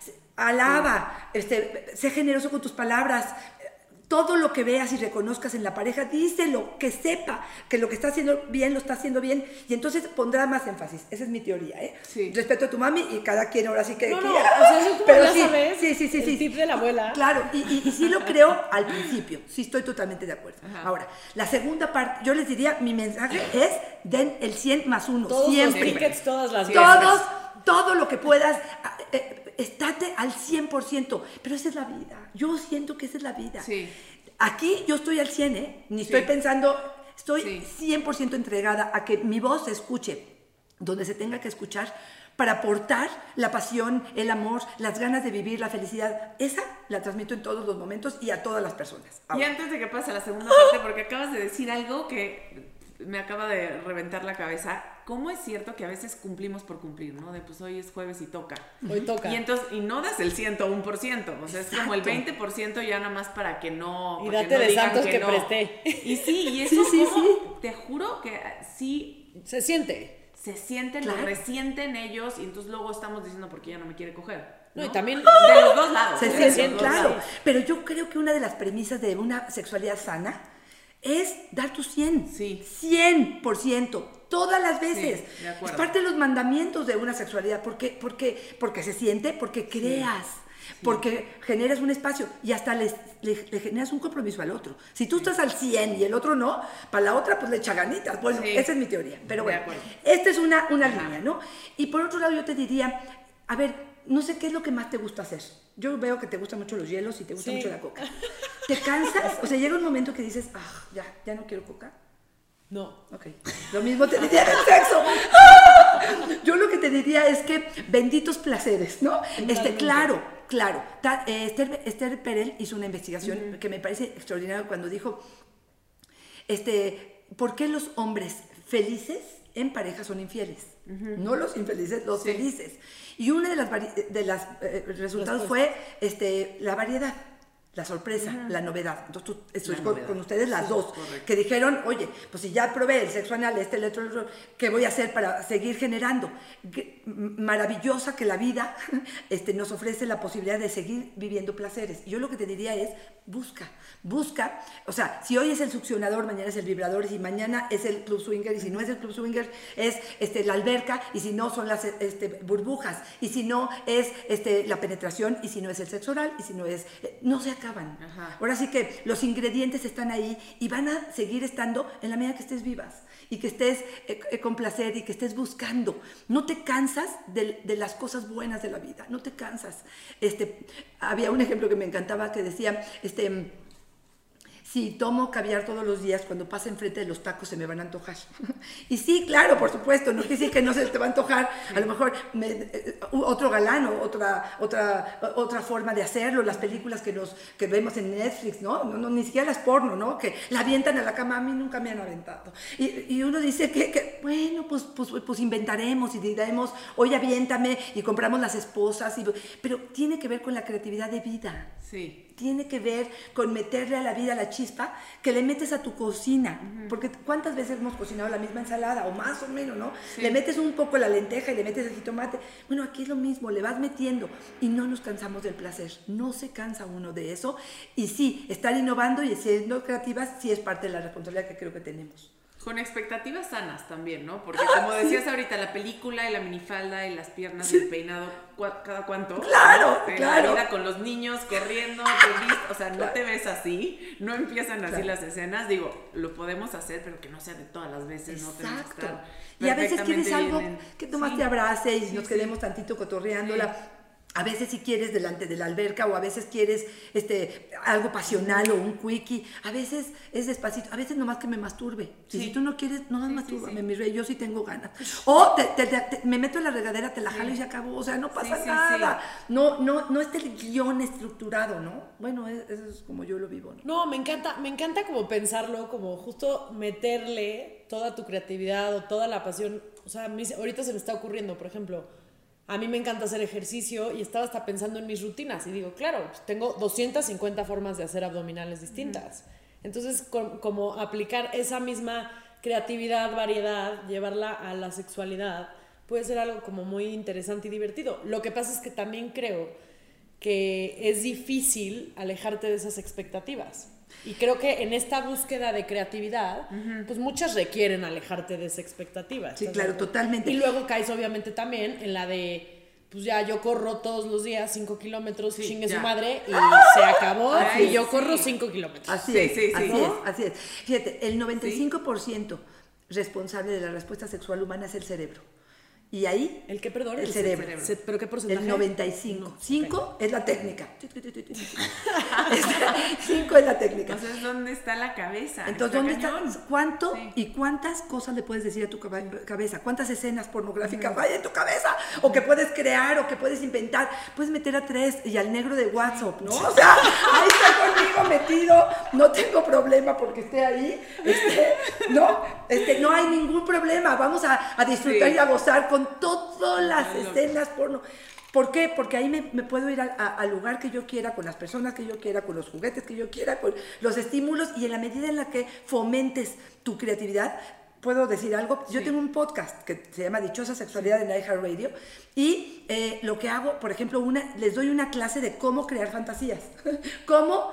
alaba, este, sé generoso con tus palabras, todo lo que veas y reconozcas en la pareja, díselo, que sepa que lo que está haciendo bien, lo está haciendo bien, y entonces pondrá más énfasis. Esa es mi teoría, ¿eh? Sí. Respeto a tu mami y cada quien ahora sí que... No, no, o sea, eso como pero ya sí, sabes, sí, sí, sí, el sí. tip de la abuela. Claro, y, y, y sí lo creo al principio, sí estoy totalmente de acuerdo. Ajá. Ahora, la segunda parte, yo les diría, mi mensaje es, den el cien más uno, todos siempre. Los tickets, todas las veces. Todos, todo lo que puedas... Eh, estate al cien por ciento, pero esa es la vida, yo siento que esa es la vida. Sí. Aquí yo estoy al cien, ¿eh? Ni estoy sí. pensando, estoy sí. cien por ciento entregada a que mi voz se escuche donde se tenga que escuchar para aportar la pasión, el amor, las ganas de vivir, la felicidad. Esa la transmito en todos los momentos y a todas las personas. Ahora. Y antes de que pase a la segunda parte, porque acabas de decir algo que me acaba de reventar la cabeza. ¿Cómo es cierto que a veces cumplimos por cumplir, ¿no? De pues hoy es jueves y toca. Hoy toca. Y entonces, y no das el ciento uno por ciento, o sea, es como el veinte por ciento ya nada más para que no... Y date no de santos que, que no. presté. Y sí, y eso sí, sí, como, sí. te juro que sí... Se siente. Se sienten, claro. Lo resienten ellos y entonces luego estamos diciendo porque ya no me quiere coger. ¿No? No, y también de los dos lados. Se ¿eh? sienten, claro. Lados. Pero yo creo que una de las premisas de una sexualidad sana es dar tu cien. Sí. cien por ciento. Todas las veces. Sí, de acuerdo. Es parte de los mandamientos de una sexualidad. ¿Por qué? Porque, porque se siente, porque creas. Sí. Porque generas un espacio y hasta le, le, le generas un compromiso al otro. Si tú sí. estás al cien y el otro no, para la otra pues le echa ganitas. Bueno, sí. esa es mi teoría. Pero bueno, esta es una, una línea, ¿no? Y por otro lado yo te diría, a ver, no sé qué es lo que más te gusta hacer. Yo veo que te gustan mucho los hielos y te gusta sí. mucho la coca. ¿Te cansas? O sea, llega un momento que dices, ah, ya, ya no quiero coca. No. Ok. Lo mismo te diría del sexo. Yo lo que te diría es que benditos placeres, ¿no? Este, claro, claro. Ta, eh, Esther, Esther Perel hizo una investigación uh-huh. que me parece extraordinaria cuando dijo, este, ¿por qué los hombres felices en pareja son infieles? Uh-huh. No los infelices, los sí. felices. Y uno de los de las, eh, resultados fue este, la variedad. La sorpresa, uh-huh. la novedad. Entonces, tú, estoy con, con ustedes las sí, dos, correcto. Que dijeron, oye, pues si ya probé el sexo anal, este, el otro, ¿qué voy a hacer para seguir generando? Maravillosa que la vida este, nos ofrece la posibilidad de seguir viviendo placeres. Y yo lo que te diría es, busca, busca. O sea, si hoy es el succionador, mañana es el vibrador, y si mañana es el club swinger, y si no es el club swinger, es este, la alberca, y si no son las este, burbujas, y si no es este, la penetración, y si no es el sexo oral, y si no es... No se acaban. Ajá. Ahora sí que los ingredientes están ahí y van a seguir estando en la medida que estés vivas y que estés eh, con placer y que estés buscando. No te cansas de, de las cosas buenas de la vida, no te cansas. Este, había un ejemplo que me encantaba que decía, este, si tomo caviar todos los días, cuando pase enfrente de los tacos se me van a antojar. Y sí, claro, por supuesto, no quiere decir que no se te va a antojar, sí. A lo mejor me, eh, otro galán o otra, otra, otra forma de hacerlo, las películas que, nos, que vemos en Netflix, ¿no? No, no, ni siquiera las porno, ¿no? Que la avientan a la cama, a mí nunca me han aventado. Y, y uno dice que, que bueno, pues, pues, pues inventaremos y diremos, oye, aviéntame, y compramos las esposas, y, pero tiene que ver con la creatividad de vida. Sí. Tiene que ver con meterle a la vida la chispa que le metes a tu cocina. Uh-huh. Porque ¿cuántas veces hemos cocinado la misma ensalada? O más o menos, ¿no? Sí. Le metes un poco la lenteja y le metes el jitomate. Bueno, aquí es lo mismo, le vas metiendo. Y no nos cansamos del placer. No se cansa uno de eso. Y sí, estar innovando y siendo creativas sí es parte de la responsabilidad que creo que tenemos. Con expectativas sanas también, ¿no? Porque como decías sí. ahorita, la película y la minifalda y las piernas sí. y el peinado, ¿cada cuánto? Claro, ¿no? claro. La vida con los niños corriendo, o sea, no claro. te ves así, no empiezan así claro. las escenas. Digo, lo podemos hacer, pero que no sea de todas las veces, exacto. ¿no? Tenemos que estar y a veces quieres algo bien en... que nomás sí. te abrace y sí, nos sí. quedemos tantito cotorreándola. Sí. A veces si quieres delante de la alberca o a veces quieres este, algo pasional o un quickie. A veces es despacito, a veces nomás que me masturbe. Sí. Si tú no quieres, nomás sí, mastúrbame, sí, sí. mi rey, yo sí tengo ganas. O te, te, te, te, me meto en la regadera, te la jalo sí. y se acabó. O sea, no pasa sí, sí, nada. Sí. No, no, no está el guión estructurado, ¿no? Bueno, eso es como yo lo vivo, ¿no? No, me encanta, me encanta como pensarlo, como justo meterle toda tu creatividad o toda la pasión. O sea, a mí, ahorita se me está ocurriendo, por ejemplo... A mí me encanta hacer ejercicio y estaba hasta pensando en mis rutinas. Y digo, claro, pues tengo doscientas cincuenta formas de hacer abdominales distintas. Mm. Entonces, con, como aplicar esa misma creatividad, variedad, llevarla a la sexualidad, puede ser algo como muy interesante y divertido. Lo que pasa es que también creo que es difícil alejarte de esas expectativas. Y creo que en esta búsqueda de creatividad, uh-huh. pues muchas requieren alejarte de esa expectativa. Sí, claro, totalmente. Y luego caes obviamente también en la de, pues ya yo corro todos los días cinco kilómetros, sí, chingue ya. Su madre, y se acabó, Ay, y yo sí. corro cinco kilómetros. Así sí, es, sí, sí, así sí. es, así es. Fíjate, el noventa y cinco por ciento sí. responsable de la respuesta sexual humana es el cerebro. Y ahí, ¿el qué, perdón? El, el cerebro. cerebro. Se, ¿Pero qué porcentaje? El noventa y cinco. No, cinco okay. es la técnica. cinco es la técnica. Entonces, ¿dónde está la cabeza? Entonces, ¿dónde cañón. está? ¿Cuánto Sí. y cuántas cosas le puedes decir a tu cabeza? ¿Cuántas escenas pornográficas hay en tu cabeza? O que puedes crear, o que puedes inventar. Puedes meter a tres y al negro de WhatsApp, ¿no? O sea, ahí está conmigo metido. No tengo problema porque esté ahí. Este, no, este, no hay ningún problema. Vamos a, a disfrutar Sí. y a gozar con todas las Ay, escenas porno. ¿Por qué? Porque ahí me, me puedo ir al, a, al lugar que yo quiera, con las personas que yo quiera, con los juguetes que yo quiera, con los estímulos, y en la medida en la que fomentes tu creatividad, ¿puedo decir algo? Yo Sí. tengo un podcast que se llama Dichosa Sexualidad en iHeartRadio, y eh, lo que hago, por ejemplo, una, les doy una clase de cómo crear fantasías, cómo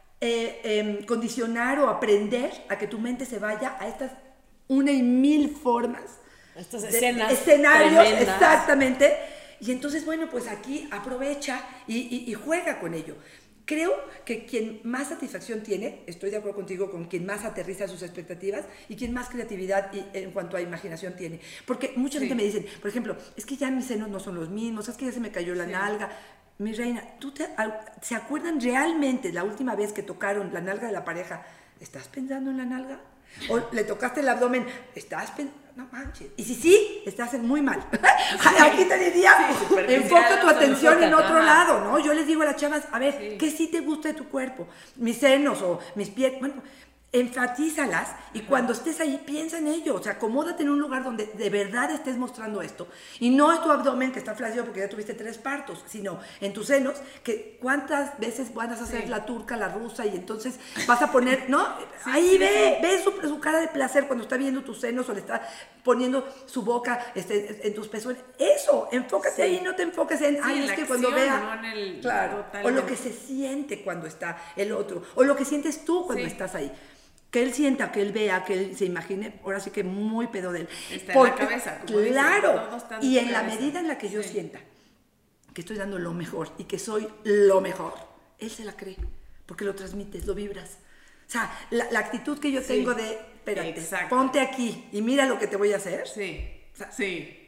eh, eh, condicionar o aprender a que tu mente se vaya a estas una y mil formas. Estas de- escenas escenarios, tremendas. exactamente. Y entonces, bueno, pues aquí aprovecha y, y, y juega con ello. Creo que quien más satisfacción tiene, estoy de acuerdo contigo, con quien más aterriza sus expectativas y quien más creatividad y, en cuanto a imaginación tiene. Porque mucha Sí. gente me dice, por ejemplo, es que ya mis senos no son los mismos, es que ya se me cayó la Sí. nalga. Mi reina, ¿tú te, al- ¿se acuerdan realmente la última vez que tocaron la nalga de la pareja? ¿Estás pensando en la nalga? ¿O le tocaste el abdomen? ¿Estás pensando? No manches. Y si sí, estás en muy mal. Aquí te diría, Sí, superficial, enfoca tu atención en otro ajá. lado, ¿no? Yo les digo a las chavas, a ver, Sí. ¿qué sí te gusta de tu cuerpo? Mis senos o mis pies, bueno, enfatízalas y cuando estés ahí piensa en ello, o sea, acomódate en un lugar donde de verdad estés mostrando esto y no es tu abdomen que está flácido porque ya tuviste tres partos, sino en tus senos, que cuántas veces vas a hacer Sí. la turca, la rusa y entonces vas a poner, ¿no? Sí, ahí sí, ve, sí. ve su, su cara de placer cuando está viendo tus senos o le está poniendo su boca este, en tus pezones, eso, enfócate Sí. ahí, no te enfoques en, Sí, ay, en es la que cuando acción, vea, no en el- claro, o lo totalmente. que se siente cuando está el otro, o lo que sientes tú cuando Sí. estás ahí. Que él sienta, que él vea, que él se imagine, ahora sí que muy pedo de él. Está en la cabeza, como dicen, claro, todo está en y tu en la cabeza. medida en la que yo Sí. sienta que estoy dando lo mejor y que soy lo mejor, él se la cree, porque lo transmites, lo vibras. O sea, la, la actitud que yo Sí. tengo de, espérate, Exacto. ponte aquí y mira lo que te voy a hacer. Sí, O sea, sí.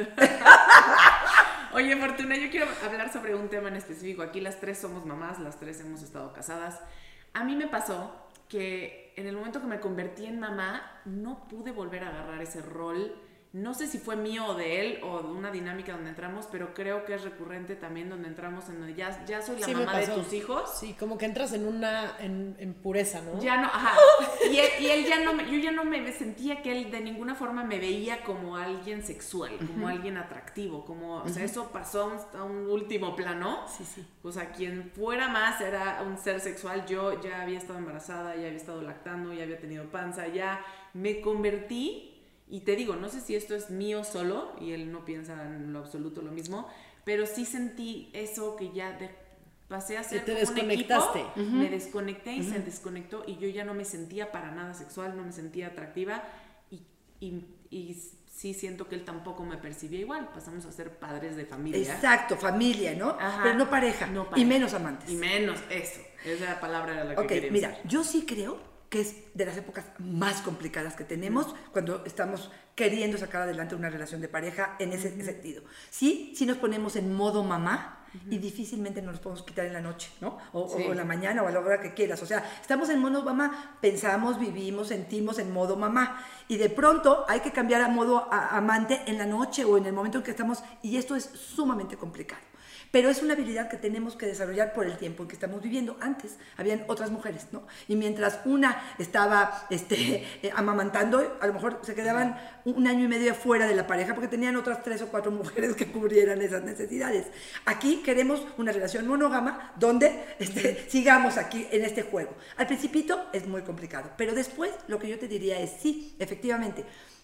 Oye, Fortuna, yo quiero hablar sobre un tema en específico. Aquí las tres somos mamás, las tres hemos estado casadas. A mí me pasó que en el momento que me convertí en mamá, no pude volver a agarrar ese rol. No sé si fue mío o de él o de una dinámica donde entramos, pero creo que es recurrente también donde entramos en donde ya, ya soy la Sí, me mamá de pasó. tus hijos. Sí, como que entras en una, en, en pureza, ¿no? Ya no, ajá. Y él, y él ya no me, yo ya no me sentía que él de ninguna forma me veía como alguien sexual, como alguien atractivo, como, o sea, eso pasó a un, a un último plano. Sí, sí. O sea, quien fuera más era un ser sexual. Yo ya había estado embarazada, ya había estado lactando, ya había tenido panza, ya me convertí. Y te digo, no sé si esto es mío solo y él no piensa en lo absoluto lo mismo, pero sí sentí eso que ya de, pasé a ser Que te como un desconectaste. equipo, uh-huh. Me desconecté y uh-huh. se desconectó y yo ya no me sentía para nada sexual, no me sentía atractiva y, y, y sí siento que él tampoco me percibía igual. Pasamos a ser padres de familia. Exacto, familia, ¿no? Ajá. Pero no pareja, no pareja. Y menos amantes. Y menos, eso. Esa palabra era la que Ok, quería mira, usar. yo sí creo que es de las épocas más complicadas que tenemos uh-huh. cuando estamos queriendo sacar adelante una relación de pareja en ese uh-huh. sentido. Sí, sí nos ponemos en modo mamá uh-huh. y difícilmente nos los podemos quitar en la noche, ¿no? O, sí. o en la mañana o a la hora que quieras. O sea, estamos en modo mamá, pensamos, vivimos, sentimos en modo mamá. Y de pronto hay que cambiar a modo a- amante en la noche o en el momento en que estamos, y esto es sumamente complicado. Pero es una habilidad que tenemos que desarrollar por el tiempo en que estamos viviendo. Antes habían otras mujeres, ¿no? Y mientras una estaba este, eh, amamantando, a lo mejor se quedaban un año y medio fuera de la pareja porque tenían otras tres o cuatro mujeres que cubrieran esas necesidades. Aquí queremos una relación monógama donde este, sigamos aquí en este juego. Al principito es muy complicado, pero después lo que yo te diría es sí, efectivamente,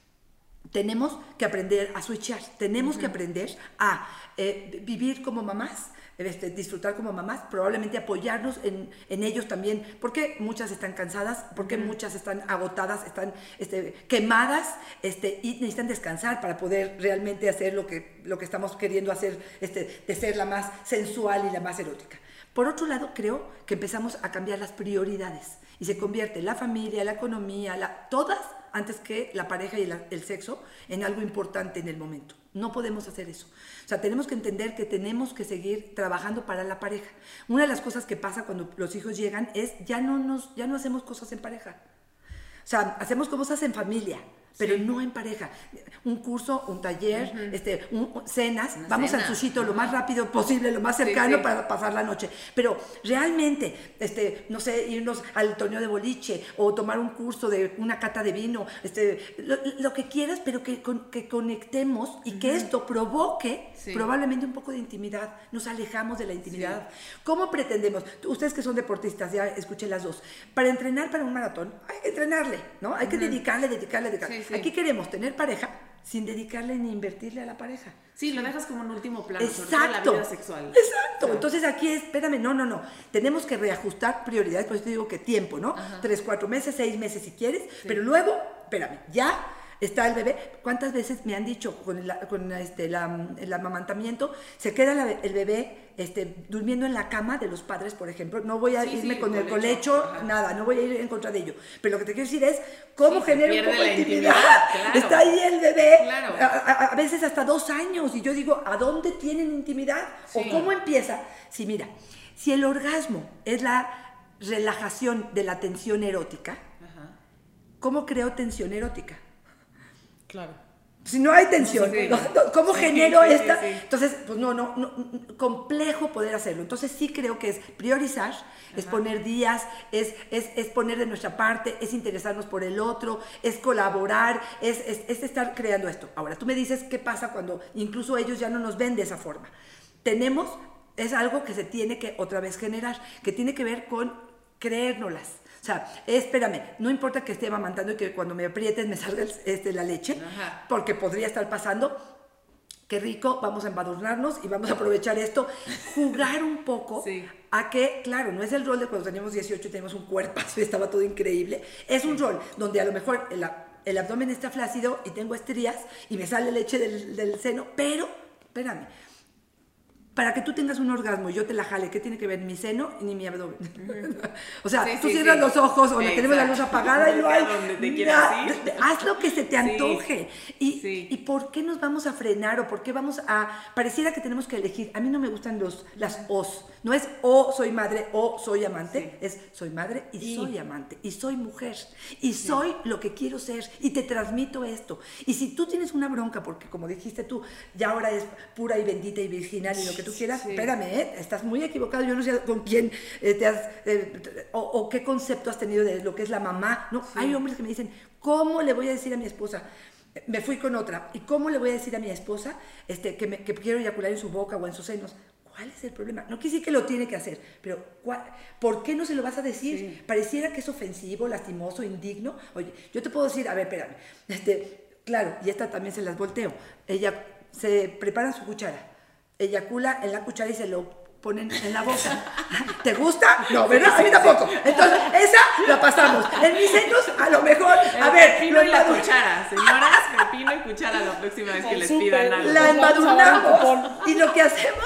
tenemos que aprender a switchar, tenemos uh-huh. que aprender a eh, vivir como mamás, este, disfrutar como mamás, probablemente apoyarnos en, en ellos también, porque muchas están cansadas, porque uh-huh. muchas están agotadas, están este, quemadas este, y necesitan descansar para poder realmente hacer lo que, lo que estamos queriendo hacer, este, de ser la más sensual y la más erótica. Por otro lado, creo que empezamos a cambiar las prioridades y se convierte la familia, la economía, la, todas antes que la pareja y la, el sexo en algo importante en el momento. No podemos hacer eso. O sea, tenemos que entender que tenemos que seguir trabajando para la pareja. Una de las cosas que pasa cuando los hijos llegan es ya no, nos, ya no hacemos cosas en pareja. O sea, hacemos cosas en familia, pero sí. no en pareja. Un curso, un taller, uh-huh. este, un, cenas, Una vamos cena. al sushito uh-huh. lo más rápido posible, lo más cercano sí, sí. para pasar la noche. Pero realmente, este, no sé, irnos al torneo de boliche o tomar un curso de una cata de vino, este, lo, lo que quieras, pero que, con, que conectemos y uh-huh. que esto provoque sí. probablemente un poco de intimidad. Nos alejamos de la intimidad. Sí. ¿Cómo pretendemos? Ustedes que son deportistas, ya escuché las dos. Para entrenar para un maratón, hay que entrenarle, ¿no? Hay uh-huh. que dedicarle, dedicarle, dedicarle. Sí. Sí. Aquí queremos tener pareja sin dedicarle ni invertirle a la pareja. Sí, lo dejas como en último plano, Exacto. sobre todo la vida sexual. Exacto. Claro. Entonces aquí es, espérame, no, no, no. Tenemos que reajustar prioridades, por eso te digo que tiempo, ¿no? Ajá. Tres, cuatro meses, seis meses si quieres, sí. pero luego, espérame, ya está el bebé. ¿Cuántas veces me han dicho con el, con este, la, el amamantamiento, se queda la, el bebé este, durmiendo en la cama de los padres, por ejemplo? No voy a sí, irme sí, con el colecho, Ajá. nada, no voy a ir en contra de ello. Pero lo que te quiero decir es cómo sí, genera un poco de intimidad. Claro. Está ahí el bebé, claro. a, a, a veces hasta dos años, y yo digo, ¿a dónde tienen intimidad? Sí. ¿O cómo empieza? Sí, mira, si el orgasmo es la relajación de la tensión erótica, Ajá. ¿cómo creo tensión erótica? Claro. Si no hay tensión, no, sí, sí. ¿cómo sí, genero sí, esta? Sí, sí. Entonces, pues no, no, no, complejo poder hacerlo. Entonces sí creo que es priorizar, Ajá. es poner días, es, es, es poner de nuestra parte, es interesarnos por el otro, es colaborar, es, es, es estar creando esto. Ahora, tú me dices qué pasa cuando incluso ellos ya no nos ven de esa forma. Tenemos, es algo que se tiene que otra vez generar, que tiene que ver con creérnoslas. O sea, espérame, no importa que esté amamantando y que cuando me aprietes me salga este, la leche, Ajá. porque podría estar pasando. Qué rico, vamos a embadurnarnos y vamos a aprovechar esto. Jugar un poco sí. a que, claro, no es el rol de cuando teníamos dieciocho y teníamos un cuerpazo y estaba todo increíble. Es un sí. rol donde a lo mejor el, el abdomen está flácido y tengo estrías y me sale leche del, del seno, pero, espérame, para que tú tengas un orgasmo y yo te la jale, ¿qué tiene que ver mi seno ni mi abdomen? Uh-huh. O sea, sí, tú sí, cierras sí. los ojos o le tenemos la luz apagada y no hay nada. Haz lo que se te antoje. Sí. Y, sí. ¿Y por qué nos vamos a frenar o por qué vamos a... Pareciera que tenemos que elegir. A mí no me gustan los, las os. No es o soy madre o soy amante. Sí. Es soy madre y, y soy amante. Y soy mujer. Y sí. soy lo que quiero ser. Y te transmito esto. Y si tú tienes una bronca, porque como dijiste tú, ya ahora es pura y bendita y virginal y lo que tú quieras, sí. espérame, ¿eh? Estás muy equivocado, yo no sé con quién eh, te has, eh, o, o qué concepto has tenido de lo que es la mamá, no, sí. hay hombres que me dicen, ¿cómo le voy a decir a mi esposa? Me fui con otra, ¿y cómo le voy a decir a mi esposa este, que, me, que quiero eyacular en su boca o en sus senos? ¿Cuál es el problema? No quiere decir que lo tiene que hacer, pero ¿cuál, ¿por qué no se lo vas a decir? Sí. Pareciera que es ofensivo, lastimoso, indigno. Oye, yo te puedo decir, a ver, espérame, este, claro, y esta también se las volteo, ella se prepara su cuchara, eyacula en la cuchara y se lo ponen en la boca. ¿Te gusta? No, ¿verdad? A mí tampoco. Entonces, esa la pasamos. En mis senos, a lo mejor, a el ver... Pepino y la cuchara, señoras, pepino y cuchara la próxima vez que les pidan algo. La embadurnamos y lo que hacemos...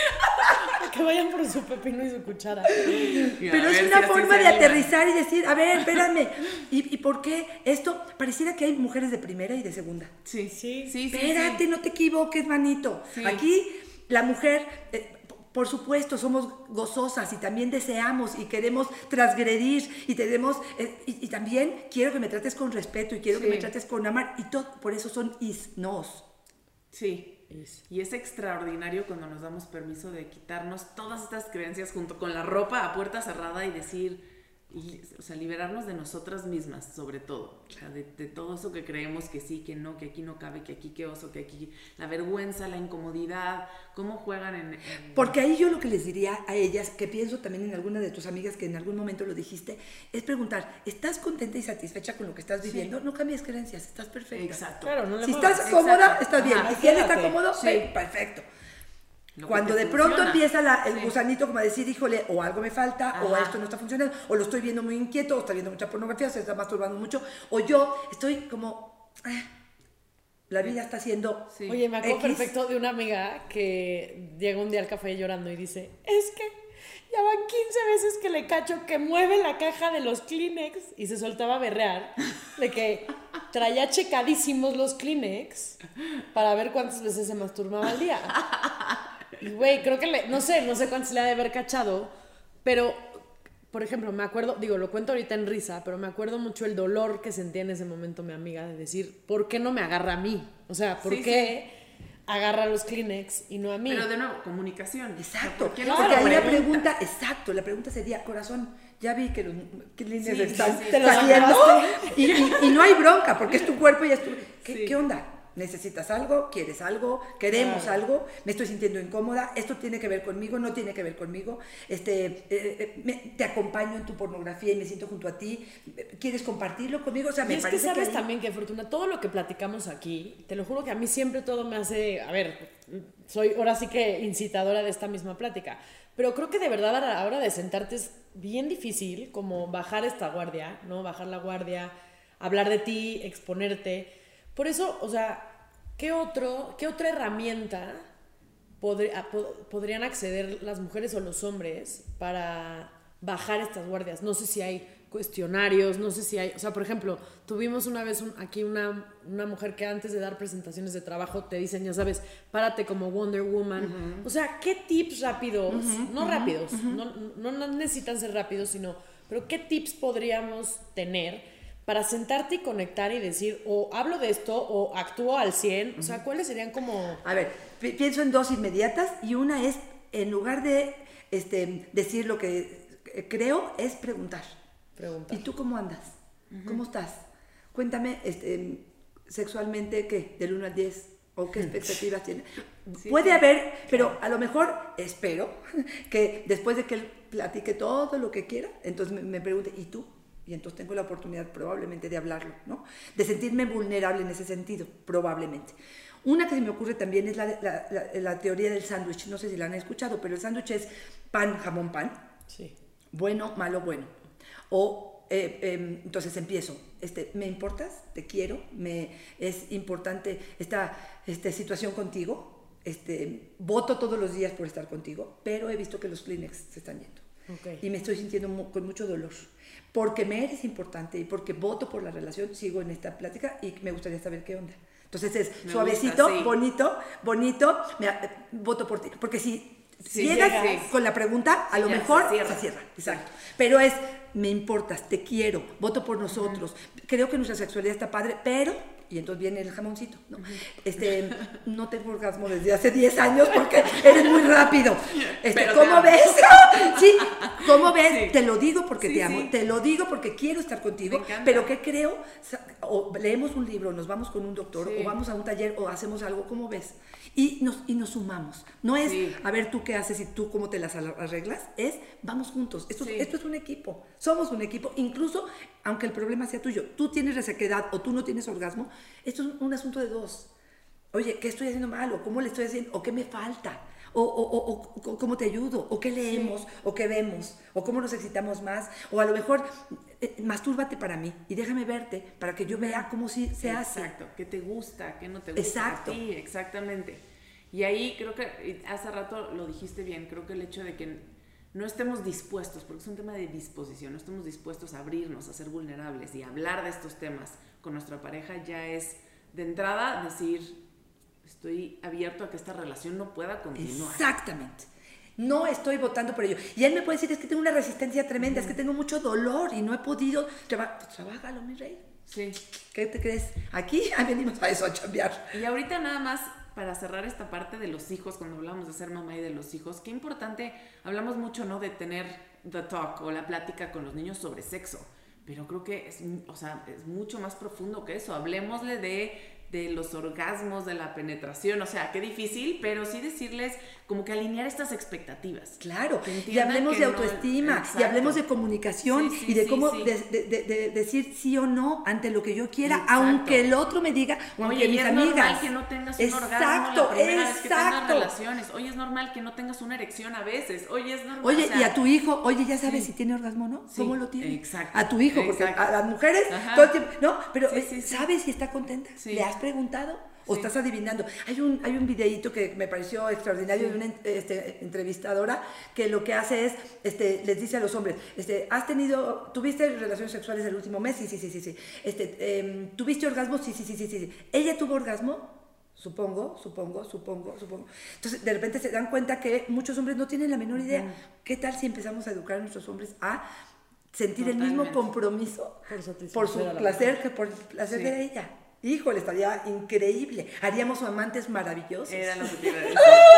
Que vayan por su pepino y su cuchara. Pero es una si forma de aterrizar y decir, a ver, espérame, ¿y, ¿y por qué esto? Pareciera que hay mujeres de primera y de segunda. Sí, sí, sí. Espérate, sí, sí. no te equivoques, manito. Sí. Aquí la mujer, eh, por supuesto, somos gozosas y también deseamos y queremos transgredir y tenemos, eh, y, y también quiero que me trates con respeto y quiero sí. que me trates con amar y todo, por eso son is, nos. Sí. Y es extraordinario cuando nos damos permiso de quitarnos todas estas creencias junto con la ropa a puerta cerrada y decir, y, o sea, liberarnos de nosotras mismas, sobre todo, o sea, de, de todo eso que creemos que sí, que no, que aquí no cabe, que aquí qué oso, que aquí la vergüenza, la incomodidad, cómo juegan en, en... Porque ahí yo lo que les diría a ellas, que pienso también en alguna de tus amigas que en algún momento lo dijiste, es preguntar, ¿estás contenta y satisfecha con lo que estás viviendo? Sí. No cambies creencias, estás perfecta. Exacto. Claro, no le si muevas. Estás cómoda, Exacto. estás bien. Ajá, y si él está cómodo, sí. hey, perfecto. Cuando de pronto funciona. empieza la, el sí. gusanito como a decir, híjole, o algo me falta, Ajá. o esto no está funcionando, o lo estoy viendo muy inquieto, o está viendo mucha pornografía, o se está masturbando mucho, o yo estoy como, ah, la vida está haciendo sí. Oye, me acuerdo X. perfecto de una amiga que llega un día al café llorando y dice, es que ya van quince veces que le cacho que mueve la caja de los Kleenex y se soltaba a berrear de que traía checadísimos los Kleenex para ver cuántas veces se masturbaba al día. Y güey, creo que le, no sé, no sé cuántas le ha de haber cachado, pero, por ejemplo, me acuerdo, digo, lo cuento ahorita en risa, pero me acuerdo mucho el dolor que sentía en ese momento mi amiga de decir, ¿por qué no me agarra a mí? O sea, ¿por sí, qué sí. agarra los Kleenex y no a mí? Pero de nuevo, comunicación. Exacto, ¿por qué no porque ahí la pregunta, exacto, la pregunta sería, corazón, ya vi que los Kleenex sí, están sí, sí, saliendo y, y, y no hay bronca, porque es tu cuerpo y es tu... ¿Qué, sí. ¿qué onda? ¿Necesitas algo? ¿Quieres algo? ¿Queremos claro. algo? ¿Me estoy sintiendo incómoda? ¿Esto tiene que ver conmigo? ¿No tiene que ver conmigo? Este, eh, eh, me, ¿Te acompaño en tu pornografía y me siento junto a ti? ¿Quieres compartirlo conmigo? O sea, y me es parece que sabes que hay... también que, Fortuna, todo lo que platicamos aquí, te lo juro que a mí siempre todo me hace... A ver, soy ahora sí que incitadora de esta misma plática, pero creo que de verdad a la hora de sentarte es bien difícil como bajar esta guardia, ¿no? Bajar la guardia, hablar de ti, exponerte. Por eso, o sea, ¿qué, otro, qué otra herramienta podría, pod, podrían acceder las mujeres o los hombres para bajar estas guardias? No sé si hay cuestionarios, no sé si hay... O sea, por ejemplo, tuvimos una vez un, aquí una, una mujer que antes de dar presentaciones de trabajo te dicen, ya sabes, párate como Wonder Woman. Uh-huh. O sea, ¿qué tips rápidos? Uh-huh, no uh-huh, rápidos, uh-huh. no, no, no necesitan ser rápidos, sino... Pero ¿qué tips podríamos tener para sentarte y conectar y decir, o hablo de esto, o actúo al cien? O sea, ¿cuáles serían como...? A ver, pi- pienso en dos inmediatas, y una es, en lugar de este, decir lo que creo, es preguntar. Preguntar. ¿Y tú cómo andas? Uh-huh. ¿Cómo estás? Cuéntame, este, sexualmente, ¿qué? Del uno al diez, ¿o qué expectativas tienes? Sí, Puede sí. haber, pero a lo mejor, espero, que después de que él platique todo lo que quiera, entonces me, me pregunte, ¿y tú? Y entonces tengo la oportunidad probablemente de hablarlo, ¿no? De sentirme vulnerable en ese sentido, probablemente. Una que se me ocurre también es la, la, la, la teoría del sándwich. No sé si la han escuchado, pero el sándwich es pan, jamón, pan. Sí. Bueno, malo, bueno. O, eh, eh, entonces empiezo. Este, ¿me importas? ¿Te quiero? ¿Me es importante esta, esta situación contigo? Este, voto todos los días por estar contigo, pero he visto que los Kleenex se están yendo. Okay. Y me estoy sintiendo mu- con mucho dolor. Porque me eres importante y porque voto por la relación, sigo en esta plática y me gustaría saber qué onda. Entonces es me suavecito, gusta, sí. bonito, bonito, me, eh, voto por ti. Porque si sí, llegas sí. con la pregunta, a sí, lo mejor se cierra. se cierra. Exacto. Pero es, me importas, te quiero, voto por nosotros. Uh-huh. Creo que nuestra sexualidad está padre, pero... Y entonces viene el jamoncito, ¿no? Uh-huh. Este, no tengo orgasmo desde hace diez años porque eres muy rápido. Este, ¿Cómo ves? Sí, ¿cómo ves? Sí. Te lo digo porque sí, te amo, sí. te lo digo porque quiero estar contigo, pero ¿qué creo? O leemos un libro, nos vamos con un doctor, sí. o vamos a un taller, o hacemos algo, ¿cómo ves? Y nos, y nos sumamos. No es, sí. a ver, tú qué haces y tú cómo te las arreglas, es, vamos juntos. Esto, sí. esto es un equipo, somos un equipo, incluso aunque el problema sea tuyo, tú tienes resequedad o tú no tienes orgasmo, esto es un asunto de dos. Oye, ¿qué estoy haciendo mal? ¿O cómo le estoy haciendo? ¿O qué me falta? O, o, o, o cómo te ayudo, o qué leemos, sí. o qué vemos, o cómo nos excitamos más, o a lo mejor eh, mastúrbate para mí y déjame verte para que yo vea cómo sí se hace. Exacto, qué te gusta, qué no te gusta. Exacto. Sí, exactamente. Y ahí creo que hace rato lo dijiste bien, creo que el hecho de que no estemos dispuestos, porque es un tema de disposición, no estemos dispuestos a abrirnos, a ser vulnerables y hablar de estos temas con nuestra pareja, ya es de entrada decir, estoy abierto a que esta relación no pueda continuar. Exactamente. No estoy votando por ello. Y él me puede decir, es que tengo una resistencia tremenda, mm. es que tengo mucho dolor y no he podido. Traba- pues, trabájalo, mi rey. Sí. ¿Qué te crees? Aquí venimos a eso, a chambear. Y ahorita nada más, para cerrar esta parte de los hijos, cuando hablamos de ser mamá y de los hijos, qué importante, hablamos mucho, ¿no?, de tener the talk o la plática con los niños sobre sexo. Pero creo que es, o sea, es mucho más profundo que eso. Hablemosle de... de los orgasmos, de la penetración, o sea, qué difícil, pero sí decirles como que alinear estas expectativas. Claro, y hablemos de autoestima, no, y hablemos de comunicación, sí, sí, y de sí, cómo sí. De, de, de, de decir sí o no ante lo que yo quiera, exacto. aunque el otro me diga, o aunque Oye, mis es amigas. normal que no tengas un exacto, orgasmo la primera exacto. vez que tengas relaciones. Oye, es normal que no tengas una erección a veces. Oye, es normal. Oye, o sea, y a tu hijo, oye, ya sabes sí. si tiene orgasmo o no, sí. ¿cómo lo tiene? Exacto. A tu hijo, porque exacto. a las mujeres, Ajá. todo el tiempo, no, pero sí, sí, sí. ¿sabes si está contenta? Sí. ¿Le has preguntado? o estás adivinando. Hay un, hay un videíto que me pareció extraordinario sí. de una este, entrevistadora que lo que hace es, este, les dice a los hombres, este, ¿has tenido, tuviste relaciones sexuales el último mes? Sí, sí, sí, sí, sí. Este, eh, ¿tuviste orgasmo? Sí, sí, sí, sí, sí. ¿Ella tuvo orgasmo? Supongo, supongo, supongo, supongo. Entonces, de repente se dan cuenta que muchos hombres no tienen la menor idea. Uh-huh. ¿Qué tal si empezamos a educar a nuestros hombres a sentir Totalmente. el mismo compromiso por, por su placer que por el placer sí. de ella? Híjole, estaría increíble. Haríamos amantes maravillosos. Era lo que te iba a decir.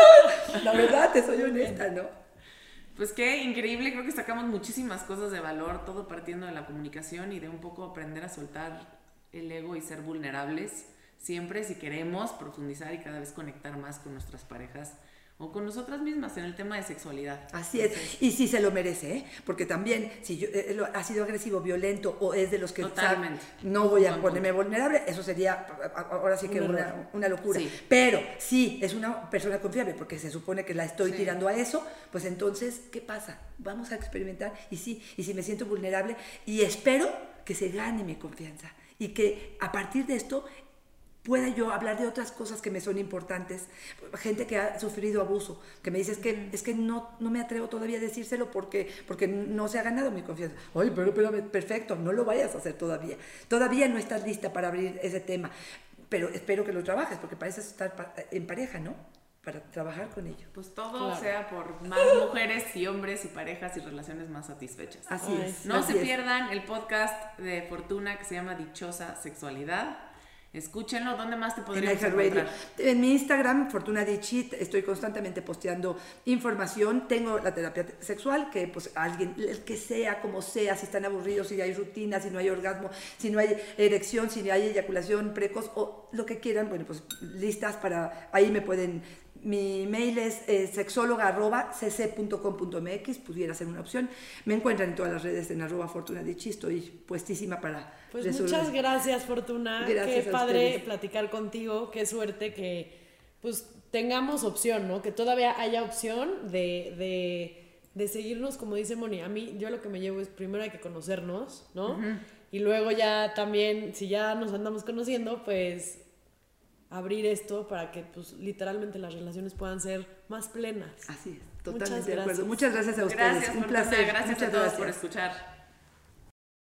La verdad, te soy honesta, ¿no? Pues qué increíble, creo que sacamos muchísimas cosas de valor, todo partiendo de la comunicación y de un poco aprender a soltar el ego y ser vulnerables. Siempre si queremos profundizar y cada vez conectar más con nuestras parejas o con nosotras mismas en el tema de sexualidad. Así es, y sí se lo merece, ¿eh? Porque también si yo, eh, ha sido agresivo, violento o es de los que Totalmente. Sabe, no voy a ponerme vulnerable, eso sería ahora sí que una, una, una locura. Sí. Pero si es una persona confiable, porque se supone que la estoy sí. tirando a eso, pues entonces, ¿qué pasa? Vamos a experimentar y sí, y si me siento vulnerable y espero que se gane mi confianza y que a partir de esto pueda yo hablar de otras cosas que me son importantes, gente que ha sufrido abuso, que me dice es que, es que no, no me atrevo todavía a decírselo porque, porque no se ha ganado mi confianza. Ay, pero, pero perfecto, no lo vayas a hacer todavía. Todavía no estás lista para abrir ese tema, pero espero que lo trabajes porque pareces estar en pareja, ¿no? Para trabajar con ello. Pues todo claro. sea por más mujeres y hombres y parejas y relaciones más satisfechas. Así Ay, es. No así se es. pierdan el podcast de Fortuna que se llama Dichosa Sexualidad. Escúchenlo. ¿Dónde más te podríamos en encontrar? En mi Instagram, Fortuna Dichi, estoy constantemente posteando información. Tengo la terapia sexual, que pues alguien, el que sea, como sea, si están aburridos, si hay rutina, si no hay orgasmo, si no hay erección, si no hay eyaculación precoz o lo que quieran, bueno, pues listas para, ahí me pueden... Mi mail es eh, sexóloga arroba cc punto com punto mx, pudiera ser una opción. Me encuentran en todas las redes en arroba Fortuna Dichi, estoy puestísima para Pues resolver. Muchas gracias, Fortuna. Gracias. Qué padre platicar contigo, qué suerte que pues tengamos opción, ¿no? Que todavía haya opción de, de, de seguirnos, como dice Moni. A mí, yo lo que me llevo es primero hay que conocernos, ¿no? Uh-huh. Y luego ya también, si ya nos andamos conociendo, pues... abrir esto para que pues literalmente las relaciones puedan ser más plenas. Así es, totalmente de acuerdo. Muchas gracias a ustedes. Gracias, un placer. Gracias Muchas a todos gracias. por escuchar.